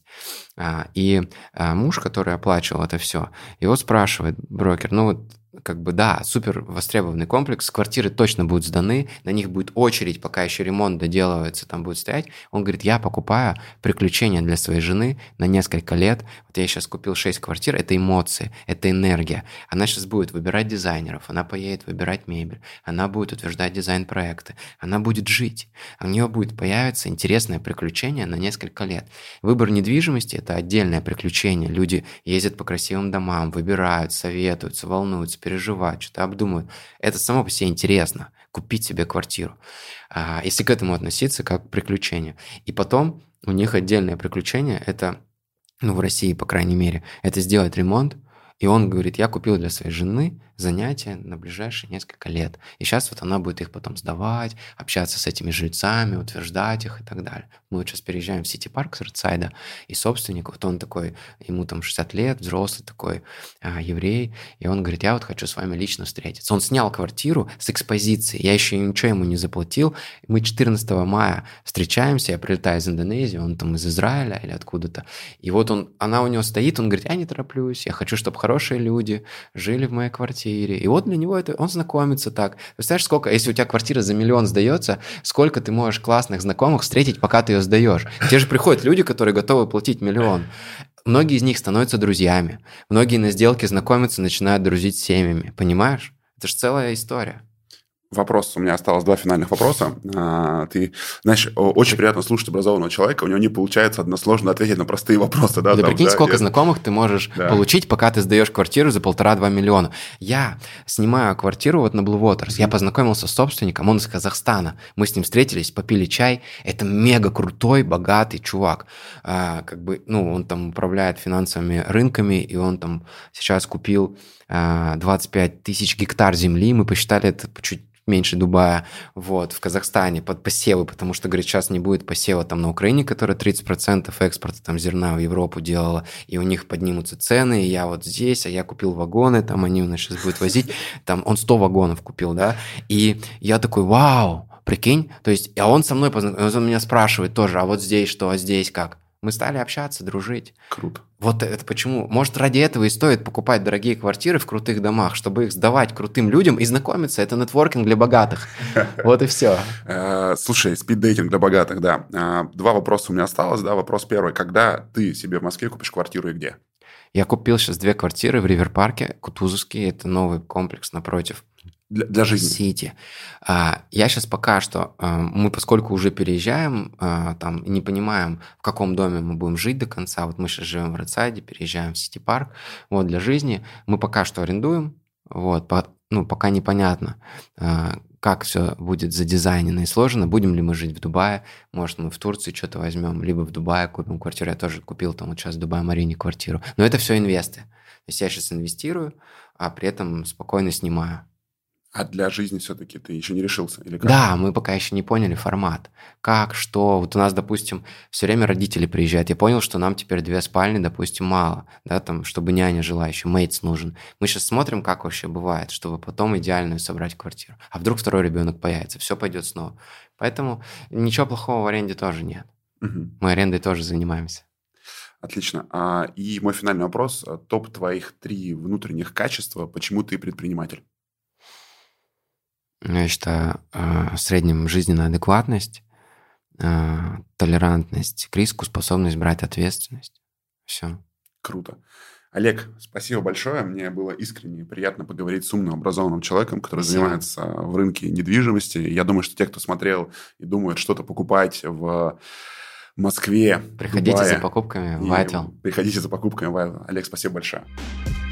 И муж, который оплачивал это все, его спрашивает брокер, ну вот, как бы, да, супер востребованный комплекс, квартиры точно будут сданы, на них будет очередь, пока еще ремонт доделывается, там будет стоять. Он говорит, я покупаю приключения для своей жены на несколько лет. Вот я сейчас купил 6 квартир, это эмоции, это энергия. Она сейчас будет выбирать дизайнеров, она поедет выбирать мебель, она будет утверждать дизайн-проекты, она будет жить. У нее будет появиться интересное приключение на несколько лет. Выбор недвижимости – это отдельное приключение. Люди ездят по красивым домам, выбирают, советуются, волнуются, переживать, что-то обдумывают. Это само по себе интересно, купить себе квартиру. Если к этому относиться как к приключению. И потом у них отдельное приключение, это, в России, по крайней мере, это сделать ремонт. И он говорит, я купил для своей жены занятия на ближайшие несколько лет. И сейчас вот она будет их потом сдавать, общаться с этими жильцами, утверждать их и так далее. Мы вот сейчас переезжаем в Сити-парк с Ротсайда, и собственник, вот он такой, ему там 60 лет, взрослый такой, еврей, и он говорит, я вот хочу с вами лично встретиться. Он снял квартиру с экспозицией, я еще ничего ему не заплатил. Мы 14 мая встречаемся, я прилетаю из Индонезии, он там из Израиля или откуда-то. И вот она у него стоит, он говорит, я не тороплюсь, я хочу, чтобы хорошие люди жили в моей квартире. И вот для него это он знакомится так. Представляешь, сколько, если у тебя квартира за 1 миллион сдается, сколько ты можешь классных знакомых встретить, пока ты ее сдаешь. Те же приходят люди, которые готовы платить 1 миллион. Многие из них становятся друзьями. Многие на сделке знакомятся, начинают дружить с семьями. Понимаешь? Это же целая история. Вопрос. У меня осталось 2 финальных вопроса. Ты, знаешь, очень приятно слушать образованного человека. У него не получается односложно ответить на простые вопросы. Да, Да там, прикинь, да, сколько знакомых ты можешь получить, пока ты сдаешь квартиру за 1,5-2 миллиона. Я снимаю квартиру вот на Blue Waters. Я познакомился с собственником, он из Казахстана. Мы с ним встретились, попили чай. Это мега крутой, богатый чувак. Он там управляет финансовыми рынками, и он там сейчас купил 25 тысяч гектар земли. Мы посчитали это чуть меньше Дубая, вот, в Казахстане под посевы, потому что, говорит, сейчас не будет посева там на Украине, которая 30% экспорта там зерна в Европу делала, и у них поднимутся цены, и я вот здесь, а я купил вагоны, там они у нас сейчас будут возить, там он 100 вагонов купил, да, и я такой, вау, прикинь, то есть, а он со мной познакомился, он меня спрашивает тоже, а вот здесь что, а здесь как? Мы стали общаться, дружить. Круто. Вот это почему. Может, ради этого и стоит покупать дорогие квартиры в крутых домах, чтобы их сдавать крутым людям и знакомиться. Это нетворкинг для богатых. Вот и все. Слушай, спид-дейтинг для богатых, да. 2 вопроса у меня осталось. Да, вопрос первый. Когда ты себе в Москве купишь квартиру и где? Я купил сейчас 2 квартиры в Ривер-парке, Кутузовский. Это новый комплекс напротив. Для жизни. Сити. Я сейчас пока что, мы поскольку уже переезжаем, там не понимаем, в каком доме мы будем жить до конца. Вот мы сейчас живем в Редсайде, переезжаем в Сити-парк. Вот для жизни мы пока что арендуем. Вот, пока непонятно, как все будет задизайнено и сложено. Будем ли мы жить в Дубае? Может, мы в Турции что-то возьмем, либо в Дубае купим квартиру. Я тоже купил там вот сейчас в Дубае-Марине квартиру. Но это все инвесты. То есть я сейчас инвестирую, а при этом спокойно снимаю. А для жизни все-таки ты еще не решился? Или как? Да, мы пока еще не поняли формат. Как, что. Вот у нас, допустим, все время родители приезжают. Я понял, что нам теперь 2 спальни, допустим, мало. Да, там, чтобы няня жила, еще мейтс нужен. Мы сейчас смотрим, как вообще бывает, чтобы потом идеальную собрать квартиру. А вдруг 2-й ребенок появится, все пойдет снова. Поэтому ничего плохого в аренде тоже нет. Угу. Мы арендой тоже занимаемся. Отлично. И мой финальный вопрос. Топ твоих 3 внутренних качества, почему ты предприниматель? Я считаю, в среднем жизненная адекватность, толерантность к риску, способность брать ответственность. Все. Круто. Олег, спасибо большое. Мне было искренне приятно поговорить с умным, образованным человеком, который занимается в рынке недвижимости. Я думаю, что те, кто смотрел и думают что-то покупать в Москве, Приходите Дубае, за покупками в Vital. Приходите за покупками в Vital. Олег, спасибо большое.